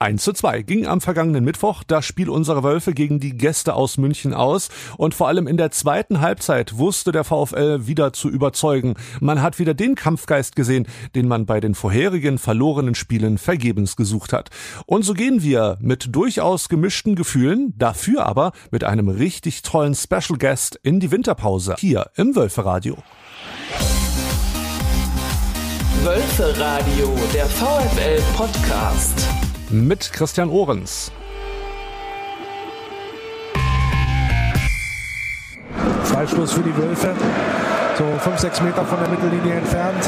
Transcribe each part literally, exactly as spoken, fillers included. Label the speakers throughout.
Speaker 1: eins zu zwei ging am vergangenen Mittwoch das Spiel unserer Wölfe gegen die Gäste aus München aus und vor allem in der zweiten Halbzeit wusste der VfL wieder zu überzeugen. Man hat wieder den Kampfgeist gesehen, den man bei den vorherigen verlorenen Spielen vergebens gesucht hat. Und so gehen wir mit durchaus gemischten Gefühlen, dafür aber mit einem richtig tollen Special Guest in die Winterpause hier im Wölferadio.
Speaker 2: Wölferadio, der VfL-Podcast.
Speaker 1: Mit Christian Ohrens.
Speaker 3: Freistoß für die Wölfe, so fünf, sechs Meter von der Mittellinie entfernt.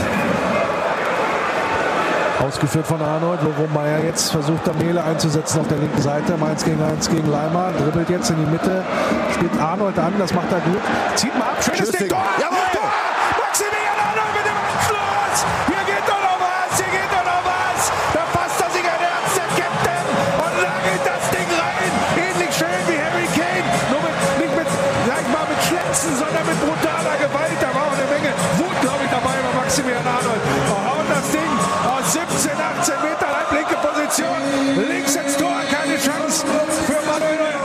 Speaker 3: Ausgeführt von Arnold, wo Meier jetzt versucht, Mehle einzusetzen auf der linken Seite. eins gegen eins gegen Leimer, dribbelt jetzt in die Mitte, spielt Arnold an, das macht er gut. Zieht mal ab, schönes Ding, Tor! Jawohl! Tor! Maximilian Arnold mit dem Abschluss! Hier geht doch noch was, hier geht doch noch was! Da fasst er sich ein Herz, der Captain, und nagelt das Ding rein! Ähnlich schön wie Harry Kane, nur mit, nicht mit, sag ich mal, mit Schlätzen, sondern mit brutaler Gewalt. Da war auch eine Menge Wut, glaube ich, dabei bei Maximilian Arnold. Oh, haut das Ding aus siebzehn, achtzehn Meter, halblinke Position, links ins Tor, keine Chance für Manuel Neuer.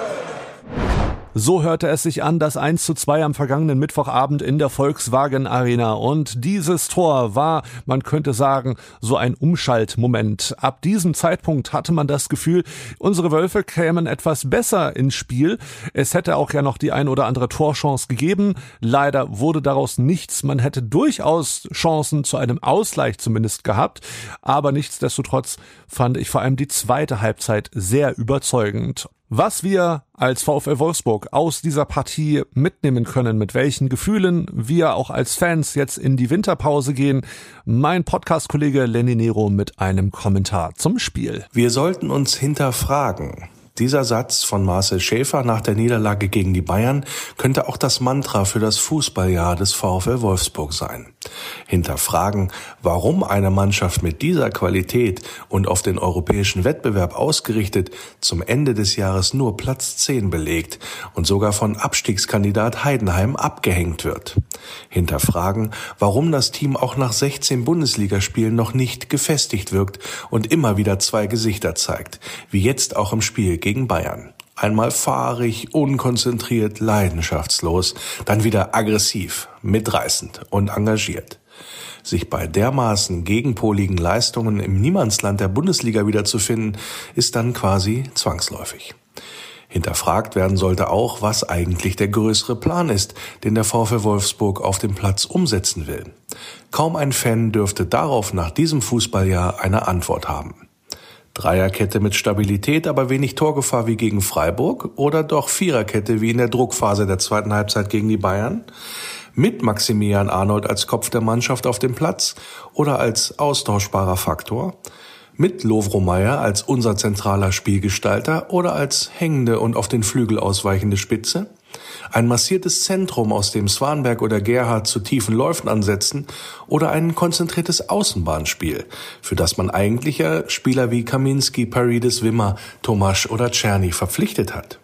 Speaker 1: So hörte es sich an, das eins zu zwei am vergangenen Mittwochabend in der Volkswagen Arena. Und dieses Tor war, man könnte sagen, so ein Umschaltmoment. Ab diesem Zeitpunkt hatte man das Gefühl, unsere Wölfe kämen etwas besser ins Spiel. Es hätte auch ja noch die ein oder andere Torchance gegeben. Leider wurde daraus nichts. Man hätte durchaus Chancen zu einem Ausgleich zumindest gehabt. Aber nichtsdestotrotz fand ich vor allem die zweite Halbzeit sehr überzeugend. Was wir als VfL Wolfsburg aus dieser Partie mitnehmen können, mit welchen Gefühlen wir auch als Fans jetzt in die Winterpause gehen, mein Podcast-Kollege Lenny Nero mit einem Kommentar zum Spiel.
Speaker 4: Wir sollten uns hinterfragen. Dieser Satz von Marcel Schäfer nach der Niederlage gegen die Bayern könnte auch das Mantra für das Fußballjahr des VfL Wolfsburg sein. Hinterfragen, warum eine Mannschaft mit dieser Qualität und auf den europäischen Wettbewerb ausgerichtet zum Ende des Jahres nur Platz zehn belegt und sogar von Abstiegskandidat Heidenheim abgehängt wird. Hinterfragen, warum das Team auch nach sechzehn Bundesligaspielen noch nicht gefestigt wirkt und immer wieder zwei Gesichter zeigt, wie jetzt auch im Spiel gegen Bayern. Einmal fahrig, unkonzentriert, leidenschaftslos, dann wieder aggressiv, mitreißend und engagiert. Sich bei dermaßen gegenpoligen Leistungen im Niemandsland der Bundesliga wiederzufinden, ist dann quasi zwangsläufig. Hinterfragt werden sollte auch, was eigentlich der größere Plan ist, den der VfL Wolfsburg auf dem Platz umsetzen will. Kaum ein Fan dürfte darauf nach diesem Fußballjahr eine Antwort haben. Dreierkette mit Stabilität, aber wenig Torgefahr wie gegen Freiburg oder doch Viererkette wie in der Druckphase der zweiten Halbzeit gegen die Bayern? Mit Maximilian Arnold als Kopf der Mannschaft auf dem Platz oder als austauschbarer Faktor? Mit Lovro Meier als unser zentraler Spielgestalter oder als hängende und auf den Flügel ausweichende Spitze? Ein massiertes Zentrum, aus dem Swanberg oder Gerhardt zu tiefen Läufen ansetzen oder ein konzentriertes Außenbahnspiel, für das man eigentlich ja Spieler wie Kaminski, Paredes, Wimmer, Tomasch oder Czerny verpflichtet hat.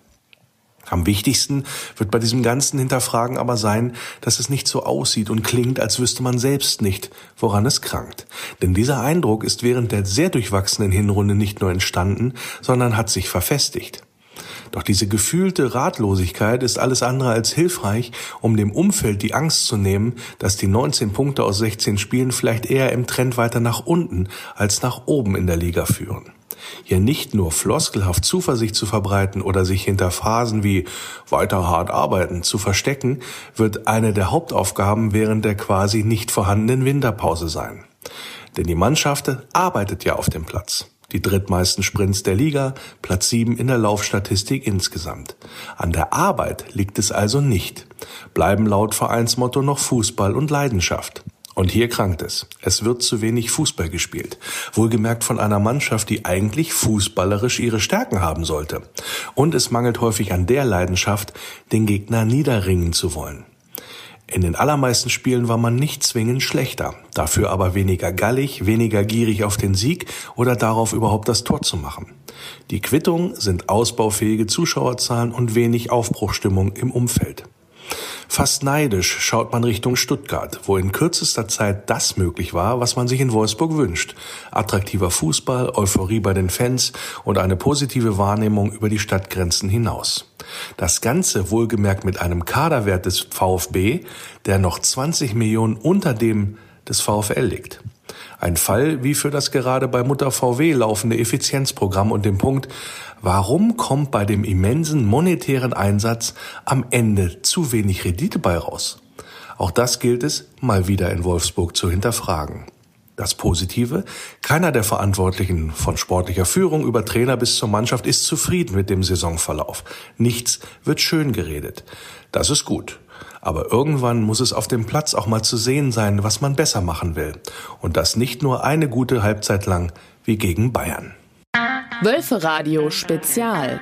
Speaker 4: Am wichtigsten wird bei diesem ganzen Hinterfragen aber sein, dass es nicht so aussieht und klingt, als wüsste man selbst nicht, woran es krankt. Denn dieser Eindruck ist während der sehr durchwachsenen Hinrunde nicht nur entstanden, sondern hat sich verfestigt. Doch diese gefühlte Ratlosigkeit ist alles andere als hilfreich, um dem Umfeld die Angst zu nehmen, dass die neunzehn Punkte aus sechzehn Spielen vielleicht eher im Trend weiter nach unten als nach oben in der Liga führen. Hier nicht nur floskelhaft Zuversicht zu verbreiten oder sich hinter Phrasen wie weiter hart arbeiten zu verstecken, wird eine der Hauptaufgaben während der quasi nicht vorhandenen Winterpause sein. Denn die Mannschaft arbeitet ja auf dem Platz. Die drittmeisten Sprints der Liga, Platz sieben in der Laufstatistik insgesamt. An der Arbeit liegt es also nicht. Bleiben laut Vereinsmotto noch Fußball und Leidenschaft. Und hier krankt es. Es wird zu wenig Fußball gespielt. Wohlgemerkt von einer Mannschaft, die eigentlich fußballerisch ihre Stärken haben sollte. Und es mangelt häufig an der Leidenschaft, den Gegner niederringen zu wollen. In den allermeisten Spielen war man nicht zwingend schlechter, dafür aber weniger gallig, weniger gierig auf den Sieg oder darauf überhaupt das Tor zu machen. Die Quittung sind ausbaufähige Zuschauerzahlen und wenig Aufbruchstimmung im Umfeld. Fast neidisch schaut man Richtung Stuttgart, wo in kürzester Zeit das möglich war, was man sich in Wolfsburg wünscht. Attraktiver Fußball, Euphorie bei den Fans und eine positive Wahrnehmung über die Stadtgrenzen hinaus. Das Ganze wohlgemerkt mit einem Kaderwert des VfB, der noch zwanzig Millionen unter dem des VfL liegt. Ein Fall wie für das gerade bei Mutter V W laufende Effizienzprogramm und den Punkt, warum kommt bei dem immensen monetären Einsatz am Ende zu wenig Rendite bei raus? Auch das gilt es mal wieder in Wolfsburg zu hinterfragen. Das Positive, keiner der Verantwortlichen von sportlicher Führung über Trainer bis zur Mannschaft ist zufrieden mit dem Saisonverlauf. Nichts wird schön geredet. Das ist gut. Aber irgendwann muss es auf dem Platz auch mal zu sehen sein, was man besser machen will. Und das nicht nur eine gute Halbzeit lang wie gegen Bayern.
Speaker 2: Wölferadio Spezial.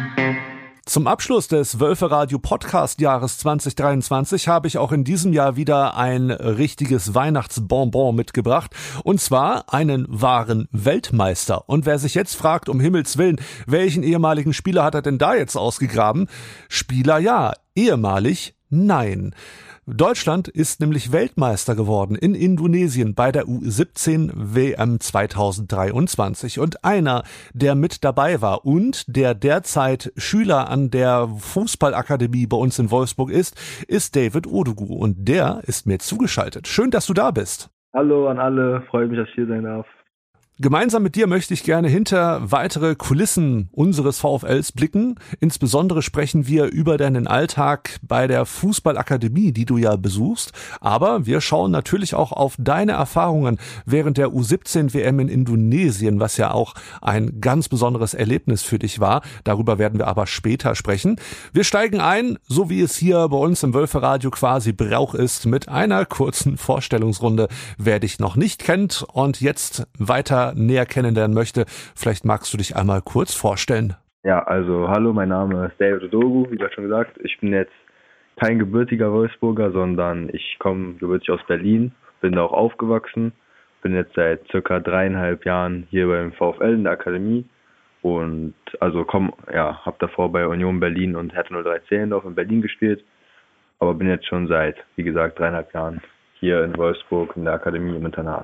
Speaker 1: Zum Abschluss des Wölferadio-Podcast-Jahres zwanzig dreiundzwanzig habe ich auch in diesem Jahr wieder ein richtiges Weihnachtsbonbon mitgebracht. Und zwar einen wahren Weltmeister. Und wer sich jetzt fragt, um Himmels Willen, welchen ehemaligen Spieler hat er denn da jetzt ausgegraben? Spieler ja, ehemalig nein. Deutschland ist nämlich Weltmeister geworden in Indonesien bei der U siebzehn W M zweitausenddreiundzwanzig. Und einer, der mit dabei war und der derzeit Schüler an der Fußballakademie bei uns in Wolfsburg ist, ist David Odogwu. Und der ist mir zugeschaltet. Schön, dass du da bist.
Speaker 5: Hallo an alle, freut mich, dass ich hier sein darf.
Speaker 1: Gemeinsam mit dir möchte ich gerne hinter weitere Kulissen unseres VfLs blicken. Insbesondere sprechen wir über deinen Alltag bei der Fußballakademie, die du ja besuchst. Aber wir schauen natürlich auch auf deine Erfahrungen während der U siebzehn W M in Indonesien, was ja auch ein ganz besonderes Erlebnis für dich war. Darüber werden wir aber später sprechen. Wir steigen ein, so wie es hier bei uns im Wölferadio quasi Brauch ist, mit einer kurzen Vorstellungsrunde. Wer dich noch nicht kennt und jetzt weiter näher kennenlernen möchte, vielleicht magst du dich einmal kurz vorstellen.
Speaker 5: Ja, also hallo, mein Name ist David Odogwu, wie gerade schon gesagt. Ich bin jetzt kein gebürtiger Wolfsburger, sondern ich komme gebürtig aus Berlin, bin da auch aufgewachsen, bin jetzt seit circa dreieinhalb Jahren hier beim VfL in der Akademie und also komm, ja, habe davor bei Union Berlin und Hertha null drei Zehlendorf in Berlin gespielt, aber bin jetzt schon seit, wie gesagt, dreieinhalb Jahren hier in Wolfsburg in der Akademie im Internat.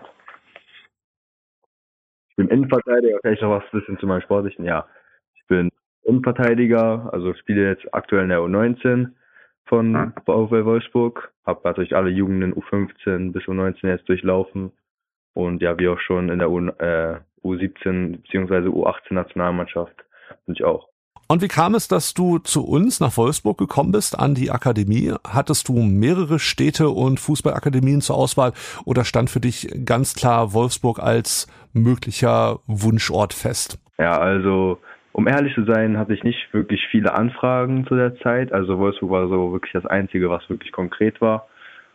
Speaker 5: Ich bin Innenverteidiger, vielleicht noch was ein bisschen zu meinem Sportlichen. Ja, ich bin Innenverteidiger, also spiele jetzt aktuell in der U neunzehn von VfL Wolfsburg. Habe natürlich alle Jugenden U fünfzehn bis U neunzehn jetzt durchlaufen. Und ja, wie auch schon in der U, äh, U siebzehn bzw. U achtzehn Nationalmannschaft bin ich auch.
Speaker 1: Und wie kam es, dass du zu uns nach Wolfsburg gekommen bist, an die Akademie? Hattest du mehrere Städte und Fußballakademien zur Auswahl oder stand für dich ganz klar Wolfsburg als möglicher Wunschort fest?
Speaker 5: Ja, also um ehrlich zu sein, hatte ich nicht wirklich viele Anfragen zu der Zeit. Also Wolfsburg war so wirklich das Einzige, was wirklich konkret war.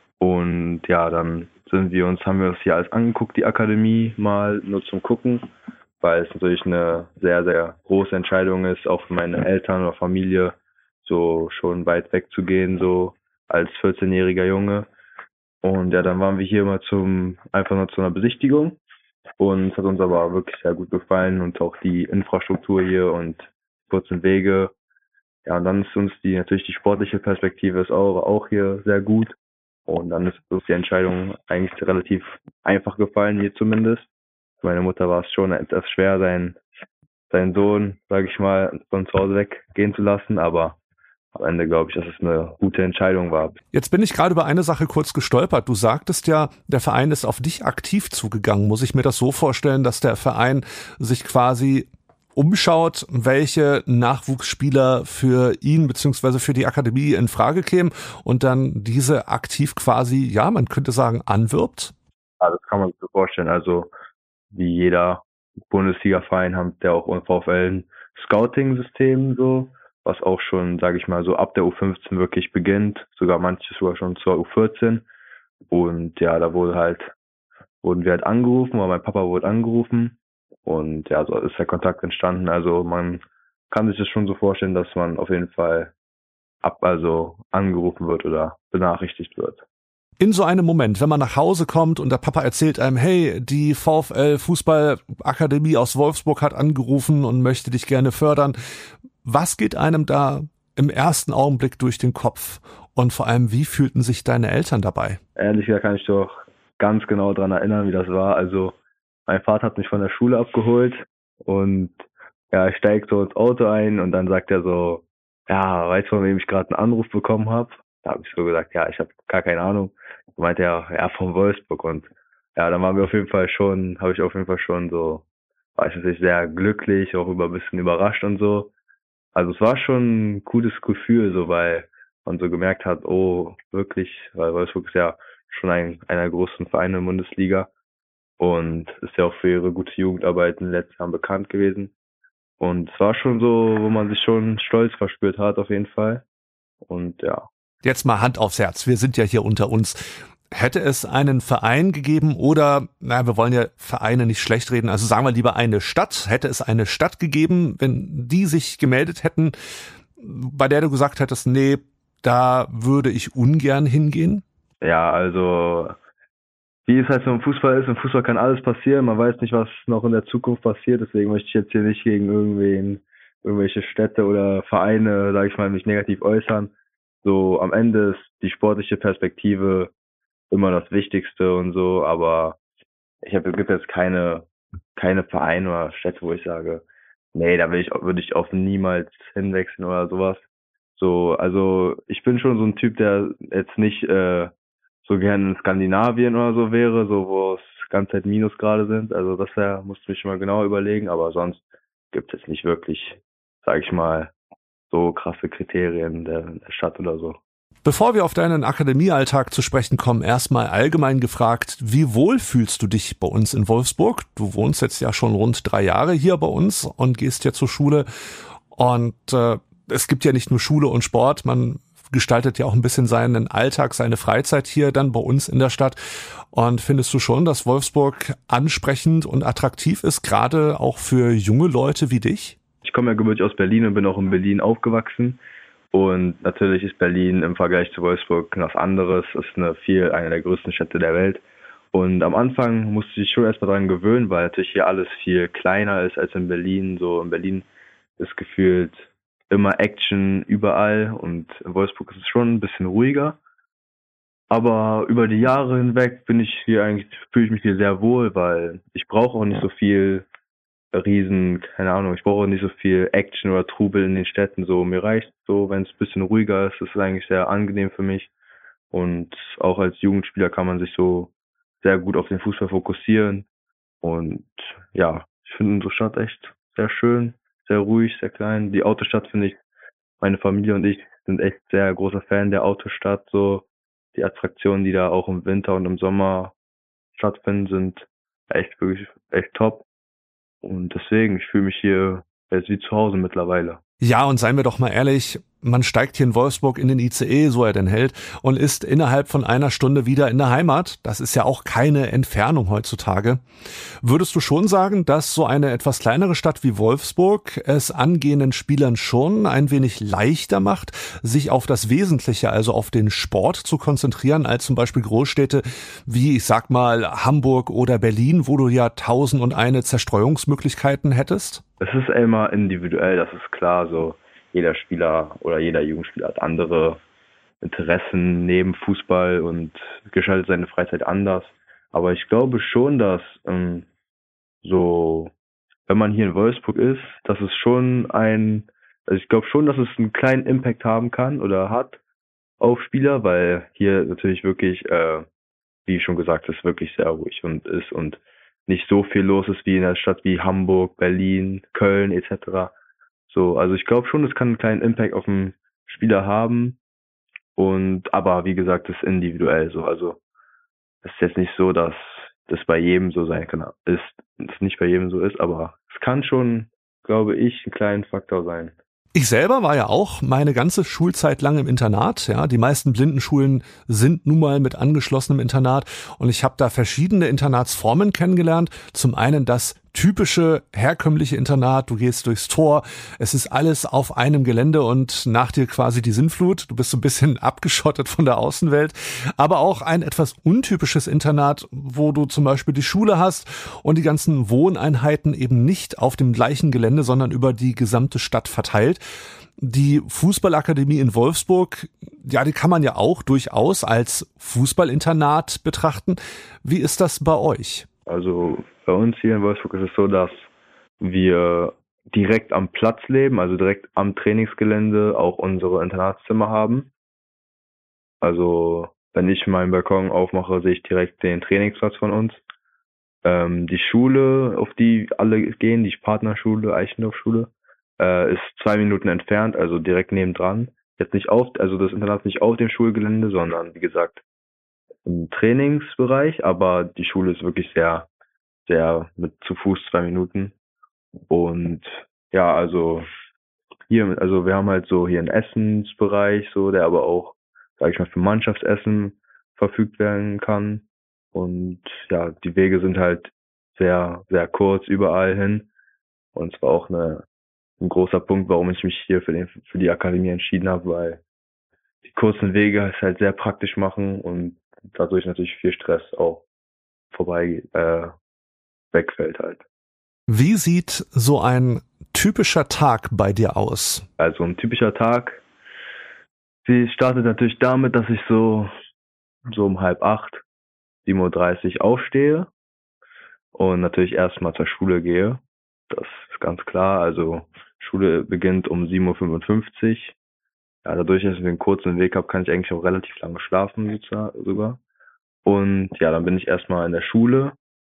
Speaker 5: Und ja, dann sind wir uns, haben wir uns hier alles angeguckt, die Akademie mal nur zum Gucken, weil es natürlich eine sehr, sehr große Entscheidung ist, auch für meine Eltern oder Familie, so schon weit weg zu gehen, so als vierzehnjähriger Junge. Und ja, dann waren wir hier mal zum, einfach nur zu einer Besichtigung. Und es hat uns aber wirklich sehr gut gefallen und auch die Infrastruktur hier und kurzen Wege. Ja, und dann ist uns die, natürlich die sportliche Perspektive ist auch, auch hier sehr gut. Und dann ist uns die Entscheidung eigentlich relativ einfach gefallen, hier zumindest. Meine Mutter war es schon etwas schwer, seinen, seinen Sohn, sage ich mal, von zu Hause weggehen zu lassen, aber am Ende glaube ich, dass es eine gute Entscheidung war.
Speaker 1: Jetzt bin ich gerade über eine Sache kurz gestolpert. Du sagtest ja, der Verein ist auf dich aktiv zugegangen. Muss ich mir das so vorstellen, dass der Verein sich quasi umschaut, welche Nachwuchsspieler für ihn beziehungsweise für die Akademie in Frage kämen und dann diese aktiv quasi, ja, man könnte sagen, anwirbt?
Speaker 5: Ja, das kann man sich so vorstellen. Also wie jeder Bundesliga-Verein hat der auch im VfL ein Scouting-System, so, was auch schon, sage ich mal, so ab der U fünfzehn wirklich beginnt, sogar manches sogar schon zur U vierzehn. Und ja, da wurde halt, wurden wir halt angerufen, oder mein Papa wurde angerufen und ja, so ist der Kontakt entstanden. Also man kann sich das schon so vorstellen, dass man auf jeden Fall ab, also angerufen wird oder benachrichtigt wird.
Speaker 1: In so einem Moment, wenn man nach Hause kommt und der Papa erzählt einem, hey, die VfL Fußballakademie aus Wolfsburg hat angerufen und möchte dich gerne fördern. Was geht einem da im ersten Augenblick durch den Kopf? Und vor allem, wie fühlten sich deine Eltern dabei?
Speaker 5: Ehrlich gesagt kann ich doch ganz genau daran erinnern, wie das war. Also mein Vater hat mich von der Schule abgeholt und ja, ich steige so ins Auto ein und dann sagt er so, ja, weißt du, von wem ich gerade einen Anruf bekommen habe? Da habe ich so gesagt, ja, ich habe gar keine Ahnung. Da meinte er, ja, von Wolfsburg. Und ja, dann waren wir auf jeden Fall schon, habe ich auf jeden Fall schon so, war ich natürlich sehr glücklich, auch über ein bisschen überrascht und so. Also es war schon ein cooles Gefühl, so, weil man so gemerkt hat, oh, wirklich, weil Wolfsburg ist ja schon ein, einer der größten Vereine in der Bundesliga und ist ja auch für ihre gute Jugendarbeit in den letzten Jahren bekannt gewesen. Und es war schon so, wo man sich schon stolz verspürt hat, auf jeden Fall. Und ja.
Speaker 1: Jetzt mal Hand aufs Herz, wir sind ja hier unter uns. Hätte es einen Verein gegeben oder, na, wir wollen ja Vereine nicht schlecht reden, also sagen wir lieber eine Stadt, hätte es eine Stadt gegeben, wenn die sich gemeldet hätten, bei der du gesagt hättest, nee, da würde ich ungern hingehen?
Speaker 5: Ja, also wie es halt so im Fußball ist, im Fußball kann alles passieren, man weiß nicht, was noch in der Zukunft passiert, deswegen möchte ich jetzt hier nicht gegen irgendwen, irgendwelche Städte oder Vereine, sage ich mal, mich negativ äußern. So am Ende ist die sportliche Perspektive immer das Wichtigste und so, aber ich habe, es gibt jetzt keine, keine Vereine oder Städte, wo ich sage, nee, da will ich, würde ich auch niemals hinwechseln oder sowas. So, also ich bin schon so ein Typ, der jetzt nicht äh, so gerne in Skandinavien oder so wäre, so wo es ganze Zeit Minusgrade sind. Also das wär, musste ich schon mal genau überlegen, aber sonst gibt es nicht wirklich, sag ich mal, so krasse Kriterien der, der Stadt oder so.
Speaker 1: Bevor wir auf deinen Akademiealltag zu sprechen kommen, erstmal allgemein gefragt, wie wohl fühlst du dich bei uns in Wolfsburg? Du wohnst jetzt ja schon rund drei Jahre hier bei uns und gehst ja zur Schule. Und äh, es gibt ja nicht nur Schule und Sport, man gestaltet ja auch ein bisschen seinen Alltag, seine Freizeit hier dann bei uns in der Stadt. Und findest du schon, dass Wolfsburg ansprechend und attraktiv ist, gerade auch für junge Leute wie dich?
Speaker 5: Ich komme ja gebürtig aus Berlin und bin auch in Berlin aufgewachsen. Und natürlich ist Berlin im Vergleich zu Wolfsburg was anderes. Es ist eine viel, eine der größten Städte der Welt. Und am Anfang musste ich schon erstmal dran gewöhnen, weil natürlich hier alles viel kleiner ist als in Berlin. So in Berlin ist gefühlt immer Action überall und in Wolfsburg ist es schon ein bisschen ruhiger. Aber über die Jahre hinweg bin ich hier eigentlich, fühle ich mich hier sehr wohl, weil ich brauche auch nicht so viel Riesen, keine Ahnung, ich brauche nicht so viel Action oder Trubel in den Städten. So, mir reicht so, wenn es ein bisschen ruhiger ist, das ist eigentlich sehr angenehm für mich. Und auch als Jugendspieler kann man sich so sehr gut auf den Fußball fokussieren. Und ja, ich finde unsere Stadt echt sehr schön, sehr ruhig, sehr klein. Die Autostadt finde ich, meine Familie und ich sind echt sehr großer Fan der Autostadt. So, die Attraktionen, die da auch im Winter und im Sommer stattfinden, sind echt wirklich echt top. Und deswegen, ich fühle mich hier jetzt wie zu Hause mittlerweile.
Speaker 1: Ja, und seien wir doch mal ehrlich, man steigt hier in Wolfsburg in den I C E, so er denn hält, und ist innerhalb von einer Stunde wieder in der Heimat. Das ist ja auch keine Entfernung heutzutage. Würdest du schon sagen, dass so eine etwas kleinere Stadt wie Wolfsburg es angehenden Spielern schon ein wenig leichter macht, sich auf das Wesentliche, also auf den Sport zu konzentrieren, als zum Beispiel Großstädte wie, ich sag mal, Hamburg oder Berlin, wo du ja tausend und eine Zerstreuungsmöglichkeiten hättest?
Speaker 5: Es ist immer individuell, das ist klar so. Jeder Spieler oder jeder Jugendspieler hat andere Interessen neben Fußball und gestaltet seine Freizeit anders. Aber ich glaube schon, dass ähm, so, wenn man hier in Wolfsburg ist, dass es schon ein, also ich glaube schon, dass es einen kleinen Impact haben kann oder hat auf Spieler, weil hier natürlich wirklich, äh, wie schon gesagt, es wirklich sehr ruhig und ist und nicht so viel los ist wie in einer Stadt wie Hamburg, Berlin, Köln et cetera. So, also ich glaube schon, es kann einen kleinen Impact auf den Spieler haben. Und aber wie gesagt, das ist individuell so. Also es ist jetzt nicht so, dass das bei jedem so sein kann. Ist, es nicht bei jedem so ist, aber es kann schon, glaube ich, ein kleiner Faktor sein.
Speaker 1: Ich selber war ja auch meine ganze Schulzeit lang im Internat. Ja, die meisten Blindenschulen sind nun mal mit angeschlossenem Internat und ich habe da verschiedene Internatsformen kennengelernt. Zum einen das typische, herkömmliche Internat. Du gehst durchs Tor. Es ist alles auf einem Gelände und nach dir quasi die Sintflut. Du bist so ein bisschen abgeschottet von der Außenwelt. Aber auch ein etwas untypisches Internat, wo du zum Beispiel die Schule hast und die ganzen Wohneinheiten eben nicht auf dem gleichen Gelände, sondern über die gesamte Stadt verteilt. Die Fußballakademie in Wolfsburg, ja, die kann man ja auch durchaus als Fußballinternat betrachten. Wie ist das bei euch?
Speaker 5: Also bei uns hier in Wolfsburg ist es so, dass wir direkt am Platz leben, also direkt am Trainingsgelände auch unsere Internatszimmer haben. Also wenn ich meinen Balkon aufmache, sehe ich direkt den Trainingsplatz von uns. Ähm, die Schule, auf die alle gehen, die Partnerschule, Eichendorff-Schule, äh, ist zwei Minuten entfernt, also direkt nebendran. Jetzt nicht auf, also das Internat ist nicht auf dem Schulgelände, sondern wie gesagt im Trainingsbereich, aber die Schule ist wirklich sehr, sehr mit zu Fuß zwei Minuten. Und ja, also hier, also wir haben halt so hier einen Essensbereich, so, der aber auch, sag ich mal, für Mannschaftsessen verfügt werden kann. Und ja, die Wege sind halt sehr, sehr kurz überall hin. Und es war auch eine, ein großer Punkt, warum ich mich hier für den, für die Akademie entschieden habe, weil die kurzen Wege es halt sehr praktisch machen und dadurch natürlich viel Stress auch vorbei, äh, wegfällt halt.
Speaker 1: Wie sieht so ein typischer Tag bei dir aus?
Speaker 5: Also ein typischer Tag, sie startet natürlich damit, dass ich so, so um halb acht, sieben Uhr dreißig aufstehe und natürlich erstmal zur Schule gehe. Das ist ganz klar. Also Schule beginnt um sieben Uhr fünfundfünfzig. Ja, dadurch, dass ich einen kurzen Weg habe, kann ich eigentlich auch relativ lange schlafen sogar. Und ja, dann bin ich erstmal in der Schule.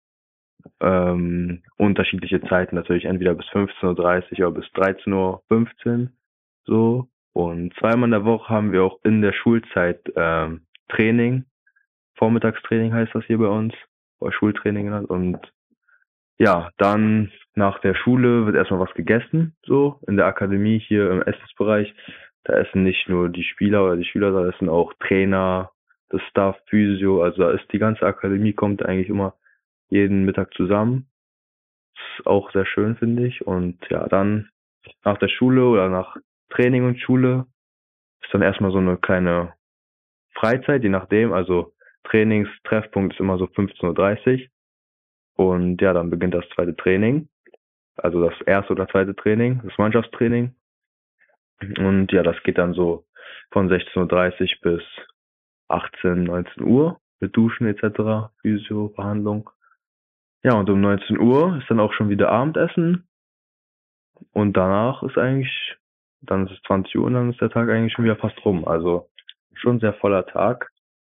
Speaker 5: Ähm, unterschiedliche Zeiten natürlich, entweder bis fünfzehn Uhr dreißig oder bis dreizehn Uhr fünfzehn so. Und zweimal in der Woche haben wir auch in der Schulzeit ähm, Training. Vormittagstraining heißt das hier bei uns, oder Schultraining genannt. Und ja, dann nach der Schule wird erstmal was gegessen, so in der Akademie hier im Essensbereich. Da essen nicht nur die Spieler oder die Schüler, da essen auch Trainer, das Staff, Physio. Also da ist die ganze Akademie, kommt eigentlich immer jeden Mittag zusammen. Das ist auch sehr schön, finde ich. Und ja, dann nach der Schule oder nach Training und Schule ist dann erstmal so eine kleine Freizeit, je nachdem. Also Trainingstreffpunkt ist immer so fünfzehn Uhr dreißig. Und ja, dann beginnt das zweite Training. Also das erste oder zweite Training, das Mannschaftstraining. Und ja, das geht dann so von sechzehn Uhr dreißig bis achtzehn, neunzehn Uhr mit Duschen et cetera, Physio, Behandlung. Ja, und um neunzehn Uhr ist dann auch schon wieder Abendessen. Und danach ist eigentlich, dann ist es zwanzig Uhr und dann ist der Tag eigentlich schon wieder fast rum. Also schon ein sehr voller Tag.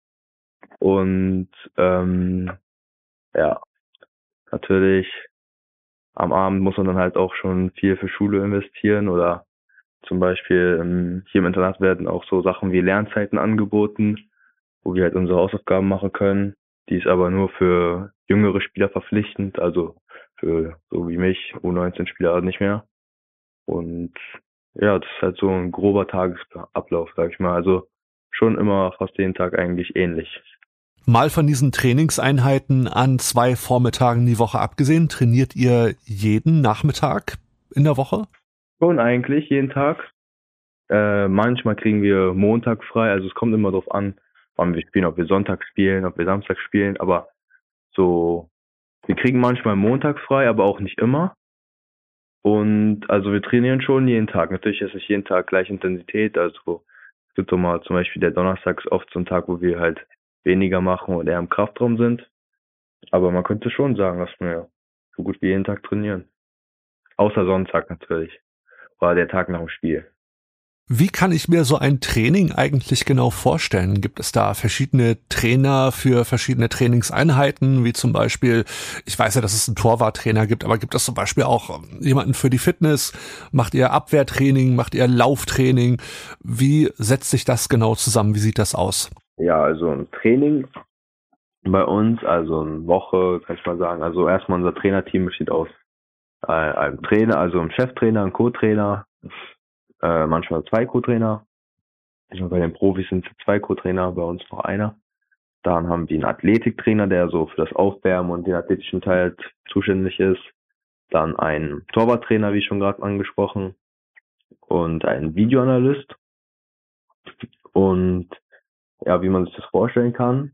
Speaker 5: Und ähm, ja, natürlich am Abend muss man dann halt auch schon viel für Schule investieren oder zum Beispiel ähm, hier im Internat werden auch so Sachen wie Lernzeiten angeboten, wo wir halt unsere Hausaufgaben machen können. Die ist aber nur für jüngere Spieler verpflichtend, also für so wie mich, U neunzehn Spieler nicht mehr. Und ja, das ist halt so ein grober Tagesablauf, sag ich mal. Also schon immer fast jeden Tag eigentlich ähnlich.
Speaker 1: Mal von diesen Trainingseinheiten an zwei Vormittagen die Woche abgesehen, trainiert ihr jeden Nachmittag in der Woche?
Speaker 5: Schon eigentlich jeden Tag. Äh, manchmal kriegen wir Montag frei, also es kommt immer darauf an, wann wir spielen, ob wir Sonntag spielen, ob wir Samstag spielen, aber so, wir kriegen manchmal Montag frei, aber auch nicht immer. Und also wir trainieren schon jeden Tag. Natürlich ist es jeden Tag gleiche Intensität, also es gibt so mal zum Beispiel der Donnerstag ist oft so ein Tag, wo wir halt weniger machen und eher im Kraftraum sind. Aber man könnte schon sagen, dass wir so gut wie jeden Tag trainieren. Außer Sonntag natürlich. Oder der Tag nach dem Spiel.
Speaker 1: Wie kann ich mir so ein Training eigentlich genau vorstellen? Gibt es da verschiedene Trainer für verschiedene Trainingseinheiten, wie zum Beispiel, ich weiß ja, dass es einen Torwarttrainer gibt, aber gibt es zum Beispiel auch jemanden für die Fitness? Macht ihr Abwehrtraining? Macht ihr Lauftraining? Wie setzt sich das genau zusammen? Wie sieht das aus?
Speaker 5: Ja, also ein Training bei uns, also eine Woche, kann ich mal sagen. Also erstmal unser Trainerteam besteht aus äh, einem Trainer, also einem Cheftrainer, einem Co-Trainer, äh, manchmal zwei Co-Trainer. Also bei den Profis sind es zwei Co-Trainer, bei uns noch einer. Dann haben wir einen Athletiktrainer, der so für das Aufwärmen und den athletischen Teil zuständig ist. dann einen Torwarttrainer, wie schon gerade angesprochen, und einen Videoanalyst. Und ja, wie man sich das vorstellen kann,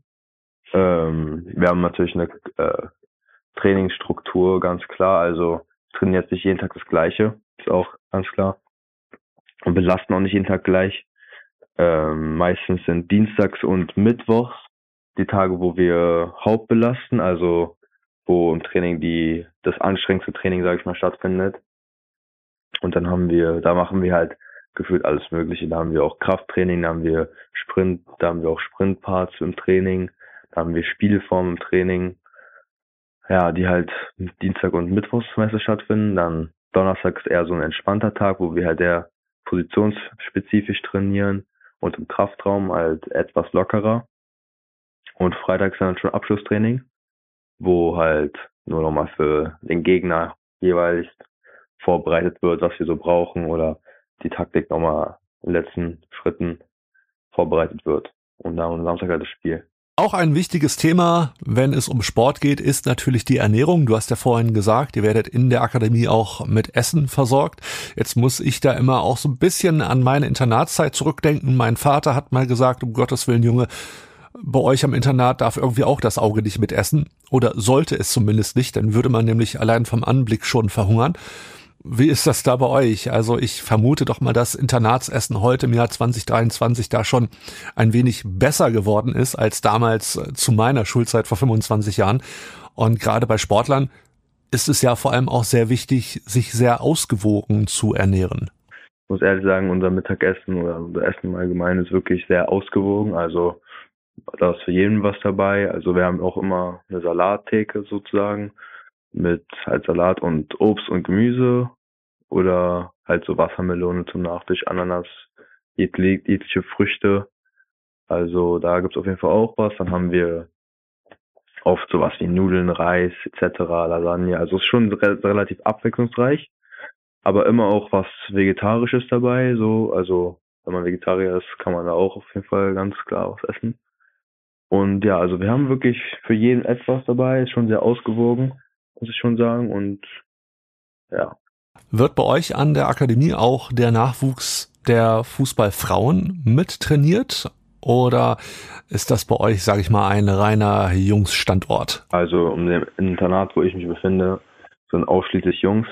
Speaker 5: ähm, wir haben natürlich eine äh, Trainingsstruktur, ganz klar. Also trainieren jetzt nicht jeden Tag das Gleiche, ist auch ganz klar. Und belasten auch nicht jeden Tag gleich. Ähm, meistens sind dienstags und mittwochs die Tage, wo wir hauptbelasten, also wo im Training die das anstrengendste Training, sage ich mal, stattfindet. Und dann haben wir, da machen wir halt gefühlt alles Mögliche. Da haben wir auch Krafttraining, da haben wir Sprint, da haben wir auch Sprintparts im Training, da haben wir Spielformen im Training, ja, die halt Dienstag und Mittwochs meistens stattfinden. Dann Donnerstag ist eher so ein entspannter Tag, wo wir halt eher positionsspezifisch trainieren und im Kraftraum halt etwas lockerer. Und Freitag ist dann schon Abschlusstraining, wo halt nur nochmal für den Gegner jeweils vorbereitet wird, was wir so brauchen, oder die Taktik nochmal in den letzten Schritten vorbereitet wird. Und dann am Samstag halt das Spiel.
Speaker 1: Auch ein wichtiges Thema, wenn es um Sport geht, ist natürlich die Ernährung. Du hast ja vorhin gesagt, ihr werdet in der Akademie auch mit Essen versorgt. Jetzt muss ich da immer auch so ein bisschen an meine Internatszeit zurückdenken. Mein Vater hat mal gesagt, um Gottes Willen, Junge, bei euch am Internat darf irgendwie auch das Auge nicht mitessen. Oder sollte es zumindest nicht, dann würde man nämlich allein vom Anblick schon verhungern. Wie ist das da bei euch? Also ich vermute doch mal, dass Internatsessen heute im Jahr zwanzig dreiundzwanzig da schon ein wenig besser geworden ist als damals zu meiner Schulzeit vor fünfundzwanzig Jahren. Und gerade bei Sportlern ist es ja vor allem auch sehr wichtig, sich sehr ausgewogen zu ernähren.
Speaker 5: Ich muss ehrlich sagen, unser Mittagessen oder unser Essen im Allgemeinen ist wirklich sehr ausgewogen. Also da ist für jeden was dabei. Also wir haben auch immer eine Salattheke sozusagen, mit halt Salat und Obst und Gemüse oder halt so Wassermelone zum Nachtisch, Ananas, jegliche Früchte. Also da gibt's auf jeden Fall auch was. Dann haben wir oft sowas wie Nudeln, Reis et cetera, Lasagne. Also es ist schon re- relativ abwechslungsreich, aber immer auch was Vegetarisches dabei. So, also wenn man Vegetarier ist, kann man da auch auf jeden Fall ganz klar was essen. Und ja, also wir haben wirklich für jeden etwas dabei, ist schon sehr ausgewogen, muss ich schon sagen. Und ja.
Speaker 1: Wird bei euch an der Akademie auch der Nachwuchs der Fußballfrauen mit trainiert? Oder ist das bei euch, sage ich mal, ein reiner Jungs-Standort?
Speaker 5: Also um dem Internat, wo ich mich befinde, sind ausschließlich Jungs.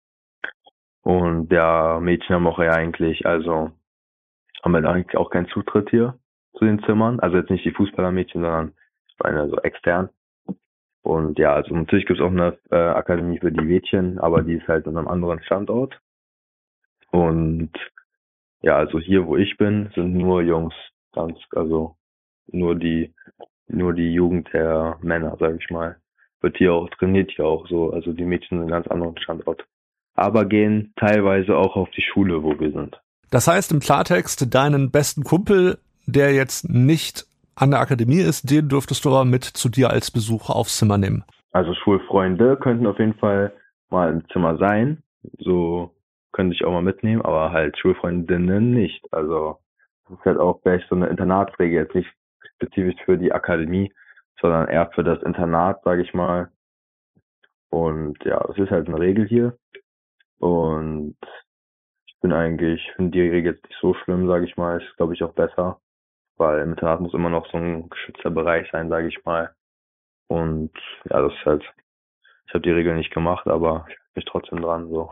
Speaker 5: Und ja, Mädchen haben auch ja eigentlich, also haben wir eigentlich auch keinen Zutritt hier zu den Zimmern. Also jetzt nicht die Fußballermädchen, sondern ich meine so extern. Und ja, also natürlich gibt es auch eine äh, Akademie für die Mädchen, aber die ist halt an einem anderen Standort. Und ja, also hier, wo ich bin, sind nur Jungs, ganz, also nur die, nur die Jugend der Männer, sage ich mal, wird hier auch trainiert hier auch so. Also die Mädchen sind einen ganz anderen Standort, aber gehen teilweise auch auf die Schule, wo wir sind.
Speaker 1: Das heißt im Klartext, deinen besten Kumpel, der jetzt nicht an der Akademie ist, den dürftest du aber mit zu dir als Besucher aufs Zimmer nehmen.
Speaker 5: Also Schulfreunde könnten auf jeden Fall mal im Zimmer sein. So könnte ich auch mal mitnehmen, aber halt Schulfreundinnen nicht. Also das ist halt auch vielleicht so eine Internatsregel, jetzt nicht spezifisch für die Akademie, sondern eher für das Internat, sage ich mal. Und ja, das ist halt eine Regel hier. Und ich bin eigentlich, finde die Regel jetzt nicht so schlimm, sage ich mal. Ist, glaube ich, auch besser. Weil im Internat muss immer noch so ein geschützter Bereich sein, sage ich mal. Und ja, das ist halt, ich habe die Regel nicht gemacht, aber ich bin trotzdem dran. So.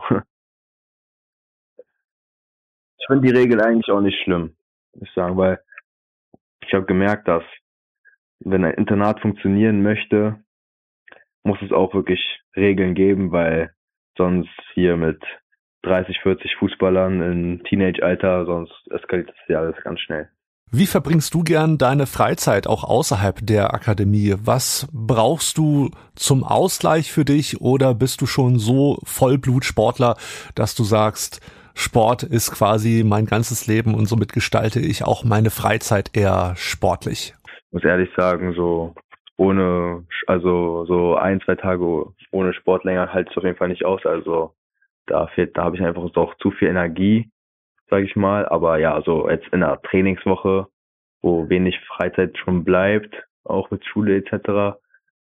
Speaker 5: Ich finde die Regel eigentlich auch nicht schlimm, muss ich sagen, weil ich habe gemerkt, dass wenn ein Internat funktionieren möchte, muss es auch wirklich Regeln geben, weil sonst hier mit dreißig, vierzig Fußballern im Teenage-Alter, sonst eskaliert das ja alles ganz schnell.
Speaker 1: Wie verbringst du gern deine Freizeit auch außerhalb der Akademie? Was brauchst du zum Ausgleich für dich oder bist du schon so Vollblutsportler, dass du sagst, Sport ist quasi mein ganzes Leben und somit gestalte ich auch meine Freizeit eher sportlich?
Speaker 5: Ich muss ehrlich sagen, so ohne, also so ein, zwei Tage ohne Sport länger halte ich auf jeden Fall nicht aus. Also da fehlt, da habe ich einfach auch zu viel Energie, sage ich mal. Aber ja, so jetzt in einer Trainingswoche, wo wenig Freizeit schon bleibt, auch mit Schule et cetera,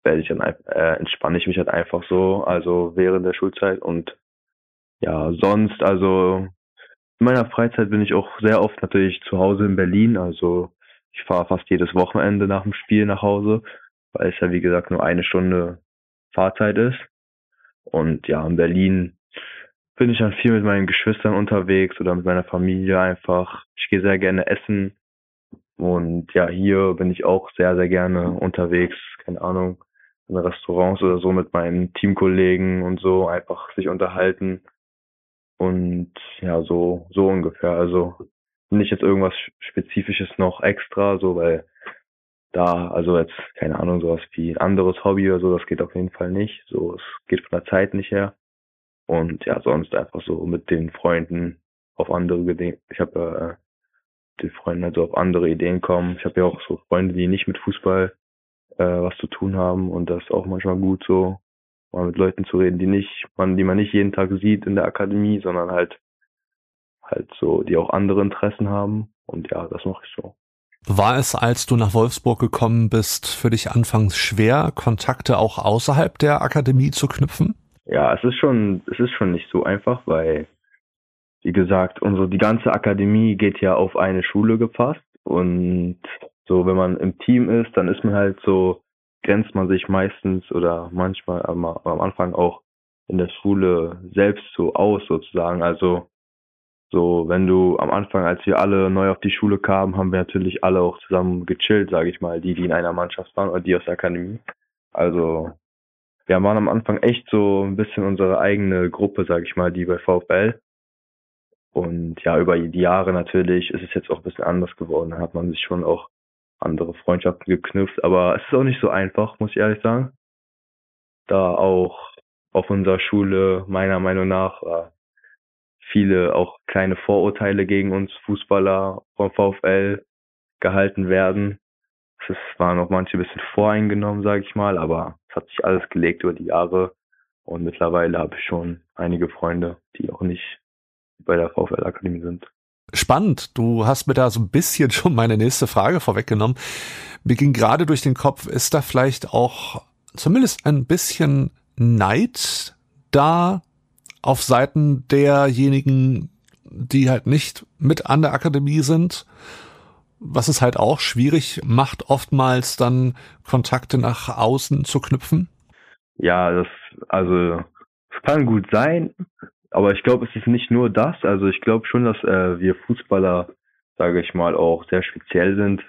Speaker 5: werde ich dann äh, entspanne ich mich halt einfach so, also während der Schulzeit. Und ja, sonst, also in meiner Freizeit bin ich auch sehr oft natürlich zu Hause in Berlin. Also ich fahre fast jedes Wochenende nach dem Spiel nach Hause, weil es ja wie gesagt nur eine Stunde Fahrzeit ist. Und ja, in Berlin bin ich dann viel mit meinen Geschwistern unterwegs oder mit meiner Familie einfach. Ich gehe sehr gerne essen. Und ja, hier bin ich auch sehr, sehr gerne unterwegs, keine Ahnung, in Restaurants oder so mit meinen Teamkollegen und so, einfach sich unterhalten. Und ja, so, so ungefähr. Also nicht jetzt irgendwas Spezifisches noch extra, so, weil da, also jetzt, keine Ahnung, sowas wie ein anderes Hobby oder so, das geht auf jeden Fall nicht. So, es geht von der Zeit nicht her. Und ja, sonst einfach so mit den Freunden auf andere Ideen. Ich habe äh, die Freunde also auf andere Ideen kommen. Ich habe ja auch so Freunde, die nicht mit Fußball äh, was zu tun haben, und das ist auch manchmal gut, so mal mit Leuten zu reden, die nicht, man, die man nicht jeden Tag sieht in der Akademie, sondern halt halt so, die auch andere Interessen haben. Und ja, das mache ich so.
Speaker 1: War es, als du nach Wolfsburg gekommen bist, für dich anfangs schwer, Kontakte auch außerhalb der Akademie zu knüpfen?
Speaker 5: Ja, es ist schon, es ist schon nicht so einfach, weil wie gesagt, unsere, die ganze Akademie geht ja auf eine Schule gefasst, und so, wenn man im Team ist, dann ist man halt so, grenzt man sich meistens oder manchmal am, am Anfang auch in der Schule selbst so aus sozusagen. Also so, wenn du am Anfang, als wir alle neu auf die Schule kamen, haben wir natürlich alle auch zusammen gechillt, sage ich mal, die, die in einer Mannschaft waren oder die aus der Akademie. Also wir waren am Anfang echt so ein bisschen unsere eigene Gruppe, sage ich mal, die bei VfL. Und ja, über die Jahre natürlich ist es jetzt auch ein bisschen anders geworden. Da hat man sich schon auch andere Freundschaften geknüpft. Aber es ist auch nicht so einfach, muss ich ehrlich sagen. Da auch auf unserer Schule meiner Meinung nach äh, viele auch kleine Vorurteile gegen uns Fußballer vom VfL gehalten werden. Es waren auch manche ein bisschen voreingenommen, sage ich mal. Aber es hat sich alles gelegt über die Jahre. Und mittlerweile habe ich schon einige Freunde, die auch nicht bei der VfL-Akademie sind.
Speaker 1: Spannend. Du hast mir da so ein bisschen schon meine nächste Frage vorweggenommen. Mir ging gerade durch den Kopf, ist da vielleicht auch zumindest ein bisschen Neid da auf Seiten derjenigen, die halt nicht mit an der Akademie sind? Was es halt auch schwierig macht, oftmals dann Kontakte nach außen zu knüpfen?
Speaker 5: Ja, das, also, es kann gut sein. Aber ich glaube, es ist nicht nur das. Also ich glaube schon, dass äh, wir Fußballer, sage ich mal, auch sehr speziell sind,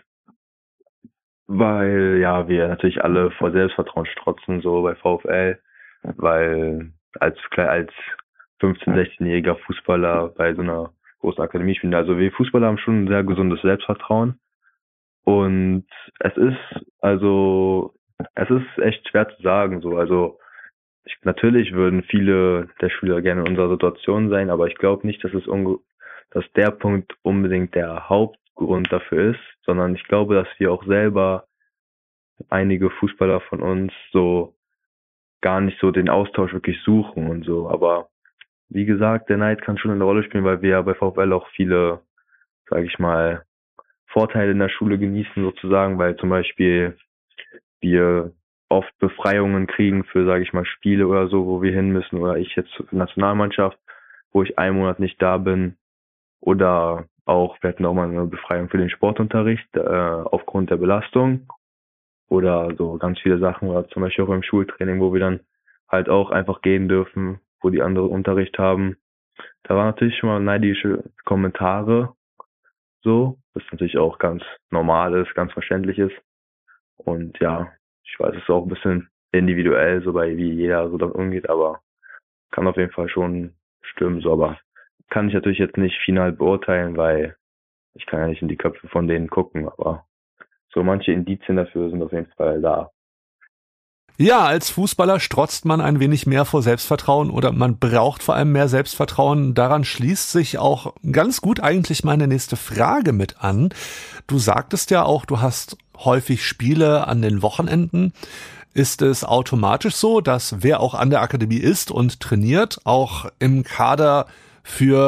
Speaker 5: weil ja wir natürlich alle vor Selbstvertrauen strotzen, so bei VfL, weil als als fünfzehn-, sechzehnjähriger Fußballer bei so einer großen Akademie spielen. Also wir Fußballer haben schon ein sehr gesundes Selbstvertrauen, und es ist also es ist echt schwer zu sagen, so, also Ich, natürlich würden viele der Schüler gerne in unserer Situation sein, aber ich glaube nicht, dass es unge- dass der Punkt unbedingt der Hauptgrund dafür ist, sondern ich glaube, dass wir auch selber, einige Fußballer von uns, so gar nicht so den Austausch wirklich suchen und so. Aber wie gesagt, der Neid kann schon eine Rolle spielen, weil wir ja bei VfL auch viele, sage ich mal, Vorteile in der Schule genießen sozusagen, weil zum Beispiel wir oft Befreiungen kriegen für, sage ich mal, Spiele oder so, wo wir hin müssen, oder ich jetzt zur Nationalmannschaft, wo ich einen Monat nicht da bin, oder auch, wir hatten auch mal eine Befreiung für den Sportunterricht äh, aufgrund der Belastung, oder so ganz viele Sachen, oder zum Beispiel auch im Schultraining, wo wir dann halt auch einfach gehen dürfen, wo die anderen Unterricht haben. Da waren natürlich schon mal neidische Kommentare, so, das natürlich auch ganz normal ist, ganz verständlich ist, und ja, ich weiß, es ist auch ein bisschen individuell, so bei wie jeder so damit umgeht, aber kann auf jeden Fall schon stimmen, so, aber kann ich natürlich jetzt nicht final beurteilen, weil ich kann ja nicht in die Köpfe von denen gucken, aber so manche Indizien dafür sind auf jeden Fall da.
Speaker 1: Ja, als Fußballer strotzt man ein wenig mehr vor Selbstvertrauen, oder man braucht vor allem mehr Selbstvertrauen. Daran schließt sich auch ganz gut eigentlich meine nächste Frage mit an. Du sagtest ja auch, du hast häufig Spiele an den Wochenenden. Ist es automatisch so, dass wer auch an der Akademie ist und trainiert, auch im Kader für